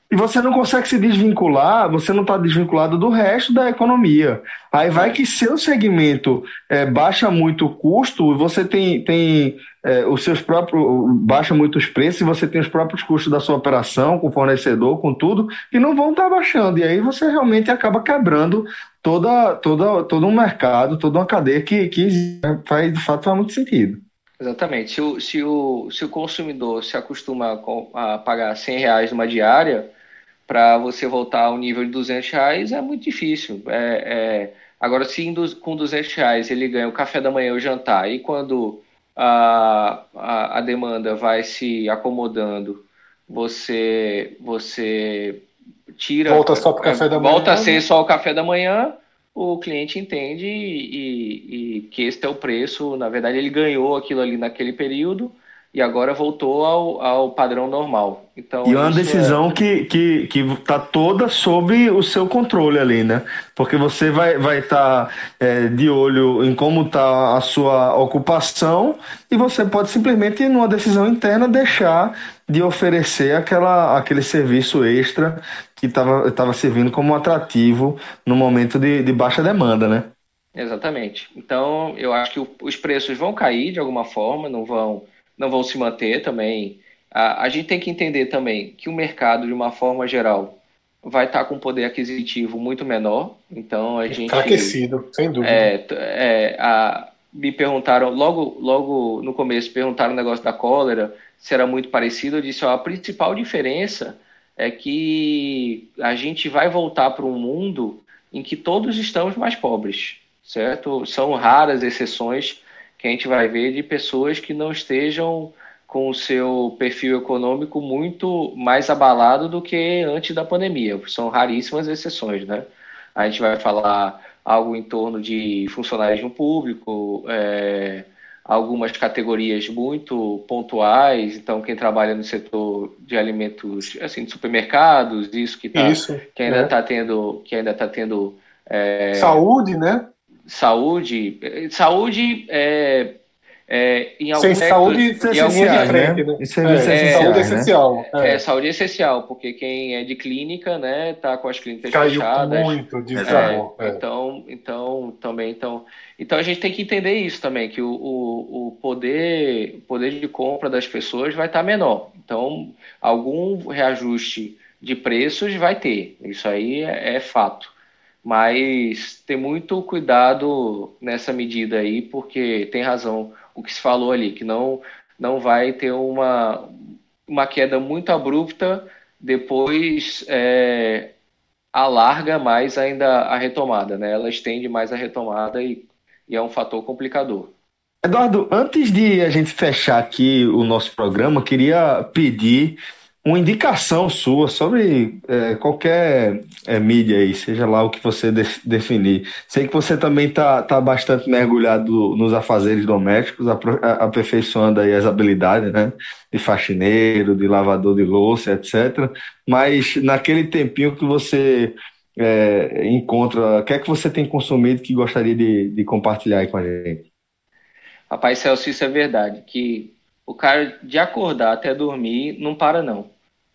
E você não consegue se desvincular, você não está desvinculado do resto da economia. Aí vai que seu segmento é, baixa muito o custo, você tem, tem é, os seus próprios, baixa muito os preços, e você tem os próprios custos da sua operação, com o fornecedor, com tudo, que não vão estar baixando. E aí você realmente acaba quebrando toda, toda, todo um mercado, toda uma cadeia que, que faz, de fato faz muito sentido. Exatamente. Se o, se o, se o consumidor se acostuma a pagar cem reais numa diária, para você voltar ao nível de duzentos reais é muito difícil. É, é... Agora, se com duzentos reais ele ganha o café da manhã e o jantar, e quando a, a, a demanda vai se acomodando, você, você tira... Volta só para o café da manhã. Volta a ser só o café da manhã, o cliente entende e, e que esse é o preço. Na verdade, ele ganhou aquilo ali naquele período, e agora voltou ao, ao padrão normal. Então, e é uma isso decisão é... que que que está toda sob o seu controle ali, né? Porque você vai vai estar tá, é, de olho em como está a sua ocupação, e você pode simplesmente, numa decisão interna, deixar de oferecer aquela, aquele serviço extra que estava estava servindo como atrativo no momento de, de baixa demanda, né? Exatamente. Então, eu acho que o, os preços vão cair de alguma forma, não vão... não vão se manter também. A, a gente tem que entender também que o mercado, de uma forma geral, vai estar com um poder aquisitivo muito menor. Então, a gente... Enfraquecido, sem dúvida. É, é, a, me perguntaram, logo, logo no começo, perguntaram o negócio da cólera, se era muito parecido. Eu disse, ó, a principal diferença é que a gente vai voltar para um mundo em que todos estamos mais pobres, certo? São raras exceções que a gente vai ver de pessoas que não estejam com o seu perfil econômico muito mais abalado do que antes da pandemia. São raríssimas exceções, né? A gente vai falar algo em torno de funcionários público, é, algumas categorias muito pontuais. Então, quem trabalha no setor de alimentos, assim, de supermercados, isso que, tá, isso, que ainda está é. tendo, que ainda tá tendo é, saúde, né? Saúde, saúde é, é, em Sem algum saúde, sector, em algum essenciais, frente, né? né? Isso é, É, saúde é essencial. É, É. é, saúde é essencial, porque quem é de clínica, né, tá com as clínicas Caiu fechadas. muito de É, valor. É. Então, então, também, então, então a gente tem que entender isso também, que o, o, o poder, poder de compra das pessoas vai estar menor. Então, algum reajuste de preços vai ter. Isso aí é, é fato. Mas ter muito cuidado nessa medida aí, porque tem razão o que se falou ali, que não, não vai ter uma, uma queda muito abrupta, depois é, alarga mais ainda a retomada, né? Ela estende mais a retomada e, e é um fator complicador. Eduardo, antes de a gente fechar aqui o nosso programa, eu queria pedir uma indicação sua sobre é, qualquer é, mídia aí, seja lá o que você de- definir. Sei que você também está tá bastante mergulhado nos afazeres domésticos, apro- a- aperfeiçoando aí as habilidades, né? De faxineiro, de lavador de louça, etcétera. Mas naquele tempinho que você é, encontra, o que é que você tem consumido que gostaria de, de compartilhar aí com a gente? Rapaz, Celso, isso é verdade, que o cara de acordar até dormir não para não,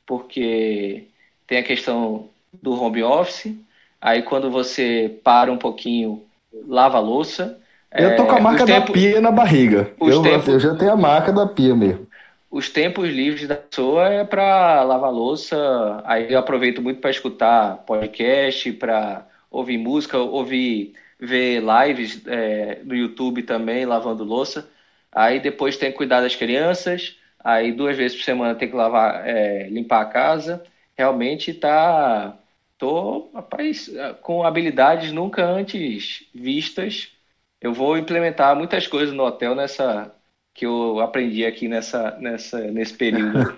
porque tem a questão do home office, aí quando você para um pouquinho, lava a louça. Eu tô com a é, marca os da tempos, pia na barriga. os Eu, tempos, eu já tenho a marca da pia mesmo. os tempos livres da pessoa é para lavar louça. Aí eu aproveito muito para escutar podcast, para ouvir música, ouvir, ver lives é, no YouTube também, lavando louça. Aí depois tem que cuidar das crianças. Aí duas vezes por semana tem que lavar, é, limpar a casa. Realmente tá, tô, rapaz, com habilidades nunca antes vistas. Eu vou implementar muitas coisas no hotel nessa que eu aprendi aqui nessa, nessa, nesse período.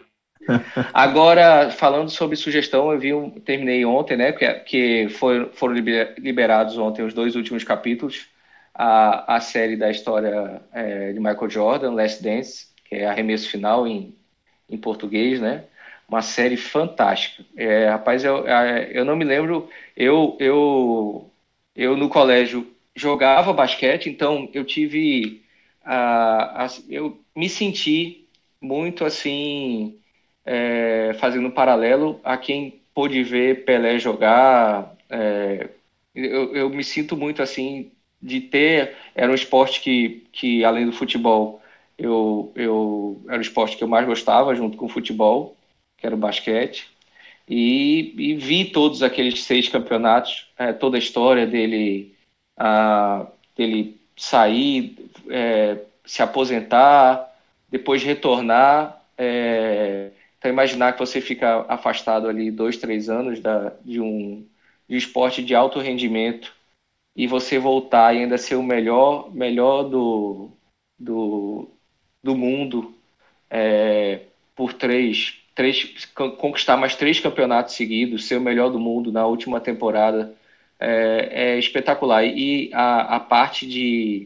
Agora, falando sobre sugestão, eu vi um, terminei ontem, né? Que, que foi, foram liberados ontem os dois últimos capítulos, a, a série da história é, de Michael Jordan, Last Dance, que é Arremesso Final em, em português, né? Uma série fantástica. É, rapaz, eu, eu não me lembro, eu, eu, eu no colégio jogava basquete, então eu tive a, a, eu me senti muito assim, é, fazendo um paralelo a quem pôde ver Pelé jogar. É, eu, eu me sinto muito assim de ter. Era um esporte que, que além do futebol, eu, eu era o esporte que eu mais gostava, junto com o futebol, que era o basquete. E, e vi todos aqueles seis campeonatos, é, toda a história dele, a, dele sair, é, se aposentar, depois retornar. É, então, imaginar que você fica afastado ali dois, três anos da, de, um, de um esporte de alto rendimento e você voltar e ainda ser o melhor, melhor do, do, do mundo, é, por três, três, conquistar mais três campeonatos seguidos, ser o melhor do mundo na última temporada, é, é espetacular. E a, a parte de,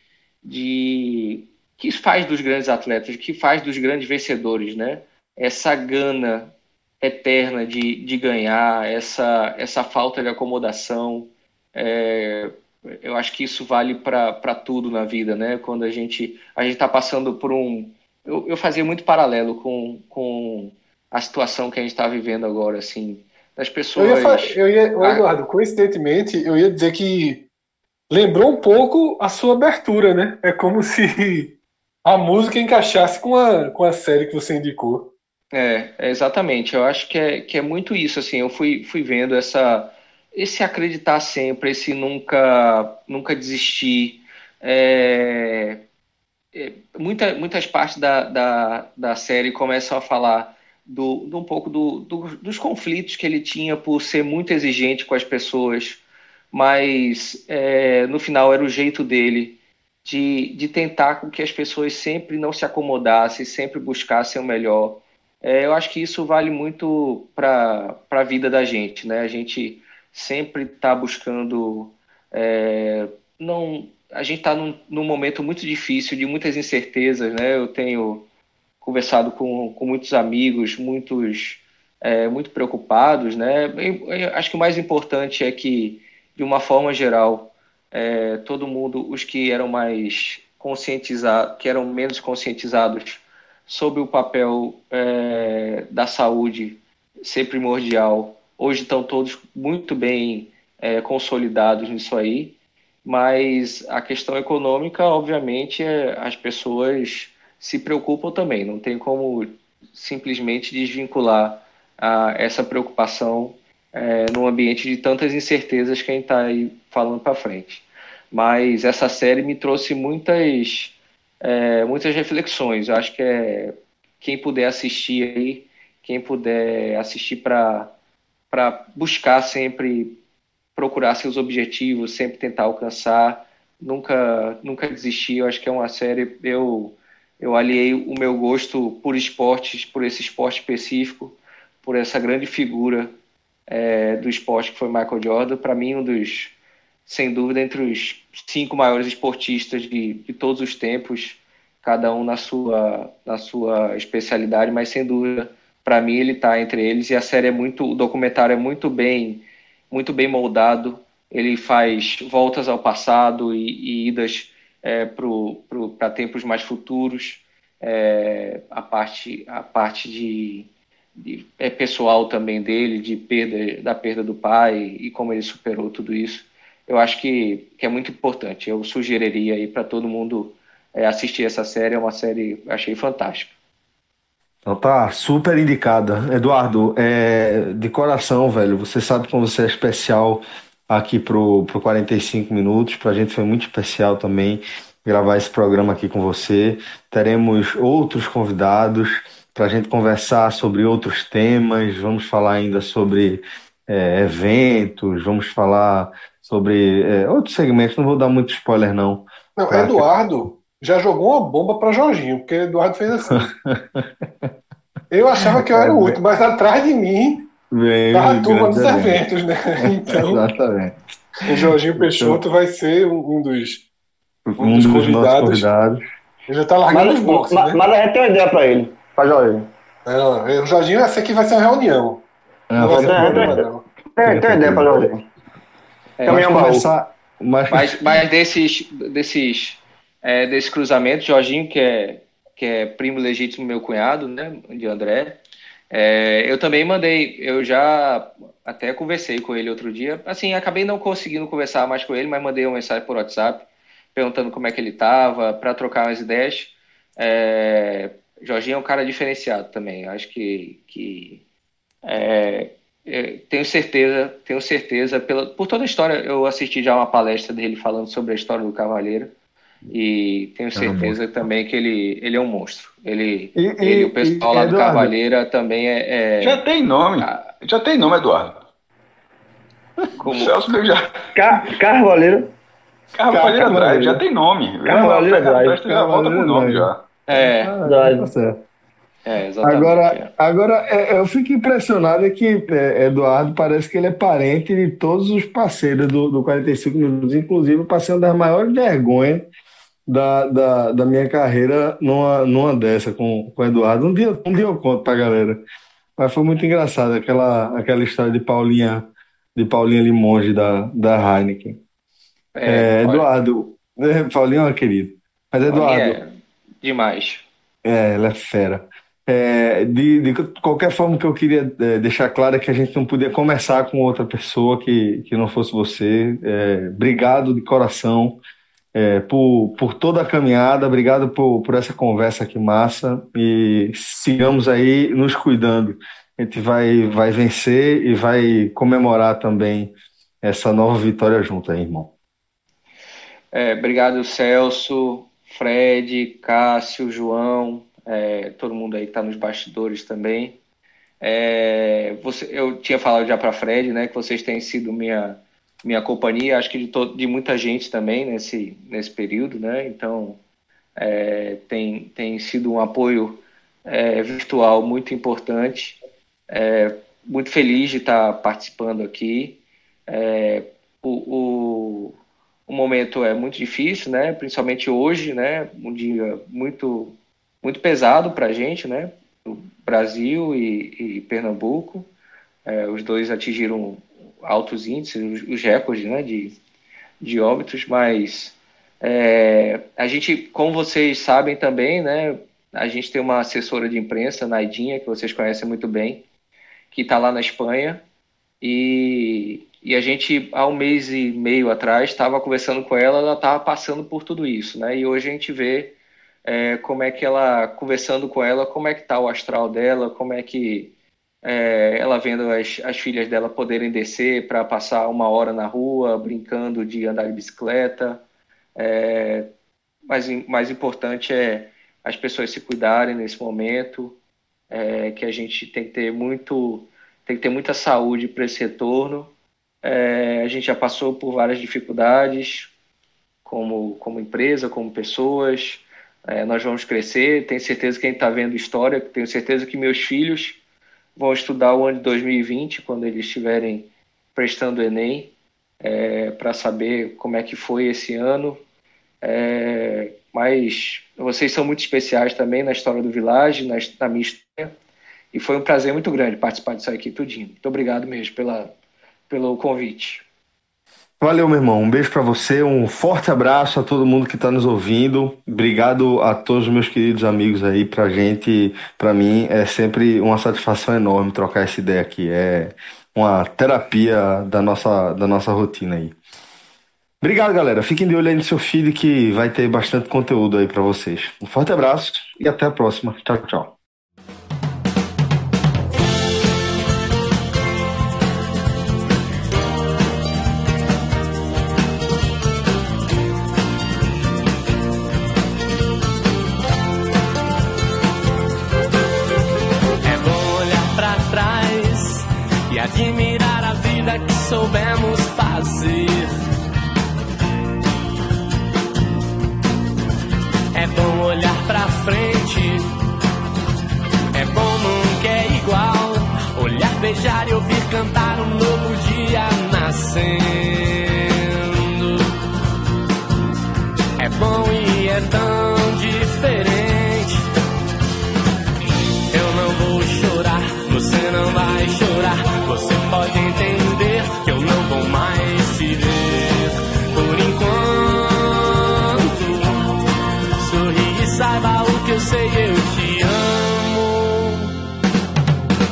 de que faz dos grandes atletas, que faz dos grandes vencedores, né? Essa gana eterna de, de ganhar, essa, essa falta de acomodação, é, eu acho que isso vale para tudo na vida, né? Quando a gente a gente está passando por um... Eu, eu fazia muito paralelo com, com a situação que a gente está vivendo agora, assim, das pessoas... Eu ia, fa- eu ia, ô, Eduardo, coincidentemente, eu ia dizer que lembrou um pouco a sua abertura, né? É como se a música encaixasse com a, com a série que você indicou. É, é, exatamente. Eu acho que é, que é muito isso, assim. Eu fui, fui vendo essa, esse acreditar sempre, esse nunca, nunca desistir. É, é, muita, muitas partes da, da, da série começam a falar do, do um pouco do, do, dos conflitos que ele tinha por ser muito exigente com as pessoas, mas é, no final era o jeito dele de, de tentar com que as pessoas sempre não se acomodassem, sempre buscassem o melhor. É, eu acho que isso vale muito para a vida da gente, né? A gente sempre está buscando. É, não, a gente está num, num momento muito difícil, de muitas incertezas, né? Eu tenho conversado com, com muitos amigos, muitos é, muito preocupados, né? Eu, eu acho que o mais importante é que, de uma forma geral, é, todo mundo, os que eram mais conscientizados, que eram menos conscientizados sobre o papel é, da saúde ser primordial. Hoje estão todos muito bem é, consolidados nisso aí, mas a questão econômica, obviamente, é, as pessoas se preocupam também. Não tem como simplesmente desvincular a, essa preocupação é, num ambiente de tantas incertezas que a gente está aí falando para frente. Mas essa série me trouxe muitas... É, muitas reflexões. Eu acho que é quem puder assistir aí, quem puder assistir para para buscar sempre procurar seus objetivos, sempre tentar alcançar, nunca nunca desistir. Eu acho que é uma série. Eu eu aliei o meu gosto por esportes, por esse esporte específico, por essa grande figura é, do esporte que foi Michael Jordan. Para mim, um dos, sem dúvida, entre os cinco maiores esportistas de, de todos os tempos, cada um na sua, na sua especialidade, mas sem dúvida, para mim, ele está entre eles. E a série é muito, o documentário é muito bem, muito bem moldado. Ele faz voltas ao passado e, e idas é, para tempos mais futuros. É, a parte, a parte de, de é, pessoal também dele, de perda, da perda do pai e como ele superou tudo isso. Eu acho que, que é muito importante. Eu sugeriria aí para todo mundo é, assistir essa série. É uma série, achei fantástica. Então tá super indicada. Eduardo, é, de coração, velho, você sabe como você é especial aqui pro, pro quarenta e cinco minutos. Pra gente foi muito especial também gravar esse programa aqui com você. Teremos outros convidados para a gente conversar sobre outros temas. Vamos falar ainda sobre é, eventos, vamos falar sobre é, outros segmentos. Não vou dar muito spoiler, não. Não, Pra- Eduardo já jogou uma bomba para Jorginho, porque Eduardo fez assim. Eu achava que eu era o último, mas atrás de mim Vem, tá a turma grande dos evento. eventos, né? Então, Exatamente. o Jorginho Peixoto vai ser um, um dos. Um dos dos nossos convidados. convidados. Ele já tá largando os Mas, boxes, mas, né? mas a gente tem uma ideia pra ele, pra Jorge. Não, o Jorginho, essa aqui vai ser uma reunião. Ah, Não vai ser fica um é, programa, é. não. Tem, tem uma ideia pra Jorge. É, Também é um Mas baú. começar, mas, Mas, mas desses, desses, é, desses cruzamentos, Jorginho, que é, que é primo legítimo do meu cunhado, né, de André, É, eu também mandei, eu já até conversei com ele outro dia. Assim, acabei não conseguindo conversar mais com ele, mas mandei uma mensagem por WhatsApp perguntando como é que ele estava, para trocar umas ideias. É, Jorginho é um cara diferenciado também. Acho que, que é, tenho certeza, tenho certeza pela, por toda a história. Eu assisti já uma palestra dele falando sobre a história do Cavaleiro. E tenho certeza também que ele, ele é um monstro. Ele, E, ele e, o pessoal e, lá do Eduardo, Cavaleira também é. é Já tem nome. ah, Já tem nome, Eduardo. O como, Celso mesmo já. Car Carvalheiro. Cavaleira Cavaleiro. Drive, já tem nome. Cavaleiro Pega a Drive. festa e já volta com o nome Cavaleiro já. é, Ah, tá certo. é, exatamente. Agora, é. agora é, eu fico impressionado é que é, Eduardo parece que ele é parente de todos os parceiros do, do quarenta e cinco minutos, inclusive passei uma das maiores vergonhas da, da, da minha carreira numa, numa dessa com, com o Eduardo. Um dia, um dia eu conto pra galera. Mas foi muito engraçado aquela, aquela história de Paulinha, de Paulinha Limonge da, da Heineken. É, É, olha, Eduardo, é, Paulinho é querido. Mas Paulinho Eduardo, é demais. é, ela é fera. É, de, de qualquer forma, que eu queria é, deixar claro é que a gente não podia começar com outra pessoa que, que não fosse você. É, obrigado de coração é, por, por toda a caminhada, obrigado por, por essa conversa aqui massa e sigamos aí nos cuidando. A gente vai, vai vencer e vai comemorar também essa nova vitória junto aí, irmão. É, obrigado, Celso, Fred, Cássio, João, é, todo mundo aí que está nos bastidores também. É, você, eu tinha falado já para Fred, né, que vocês têm sido minha, minha companhia, acho que de, to, de muita gente também nesse, nesse período, né? Então é, tem, tem sido um apoio é, virtual muito importante. É, muito feliz de estar participando aqui. É, o, o, o momento é muito difícil, né? Principalmente hoje, né? Um dia muito, muito pesado para a gente, né? O Brasil e, e Pernambuco, é, os dois atingiram altos índices, os, os recordes, né? de, de óbitos, mas é, a gente, como vocês sabem também, né? A gente tem uma assessora de imprensa, Naidinha, que vocês conhecem muito bem, que está lá na Espanha, e, e a gente, há um mês e meio atrás, estava conversando com ela, ela estava passando por tudo isso, né? E hoje a gente vê é, como é que ela, conversando com ela, como é que está o astral dela, como é que é, ela vendo as, as filhas dela poderem descer para passar uma hora na rua, brincando de andar de bicicleta. É, mas mais importante é as pessoas se cuidarem nesse momento, é, que a gente tem que ter muito, tem que ter muita saúde para esse retorno. É, a gente já passou por várias dificuldades, como, como empresa, como pessoas. É, nós vamos crescer. Tenho certeza que quem está vendo história, tenho certeza que meus filhos vão estudar o ano de dois mil e vinte, quando eles estiverem prestando o Enem, é, para saber como é que foi esse ano. É, mas vocês são muito especiais também na história do Village, na, na minha história, e foi um prazer muito grande participar disso aqui tudinho. Muito obrigado mesmo pela, pelo convite. Valeu, meu irmão. Um beijo pra você, um forte abraço a todo mundo que tá nos ouvindo. Obrigado a todos os meus queridos amigos aí. Pra gente, pra mim, é sempre uma satisfação enorme trocar essa ideia aqui. É uma terapia da nossa, da nossa rotina aí. Obrigado, galera. Fiquem de olho aí no seu feed que vai ter bastante conteúdo aí pra vocês. Um forte abraço e até a próxima. Tchau, tchau. Admirar a vida que soubemos fazer. É bom olhar pra frente, é bom, nunca é igual. Olhar, beijar e ouvir cantar um novo dia nascendo. É bom e é tão diferente. Eu não vou chorar, você não vai chorar. Você pode entender que eu não vou mais te ver. Por enquanto, sorri e saiba o que eu sei, eu te amo.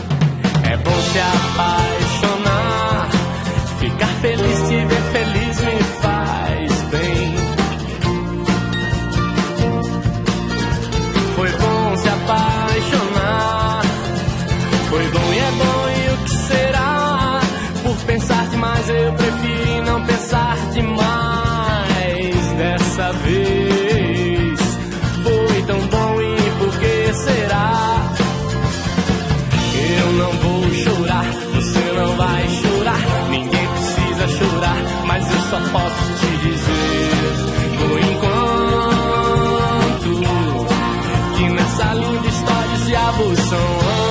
posso te dizer, por enquanto, que nessa linda história de diabo são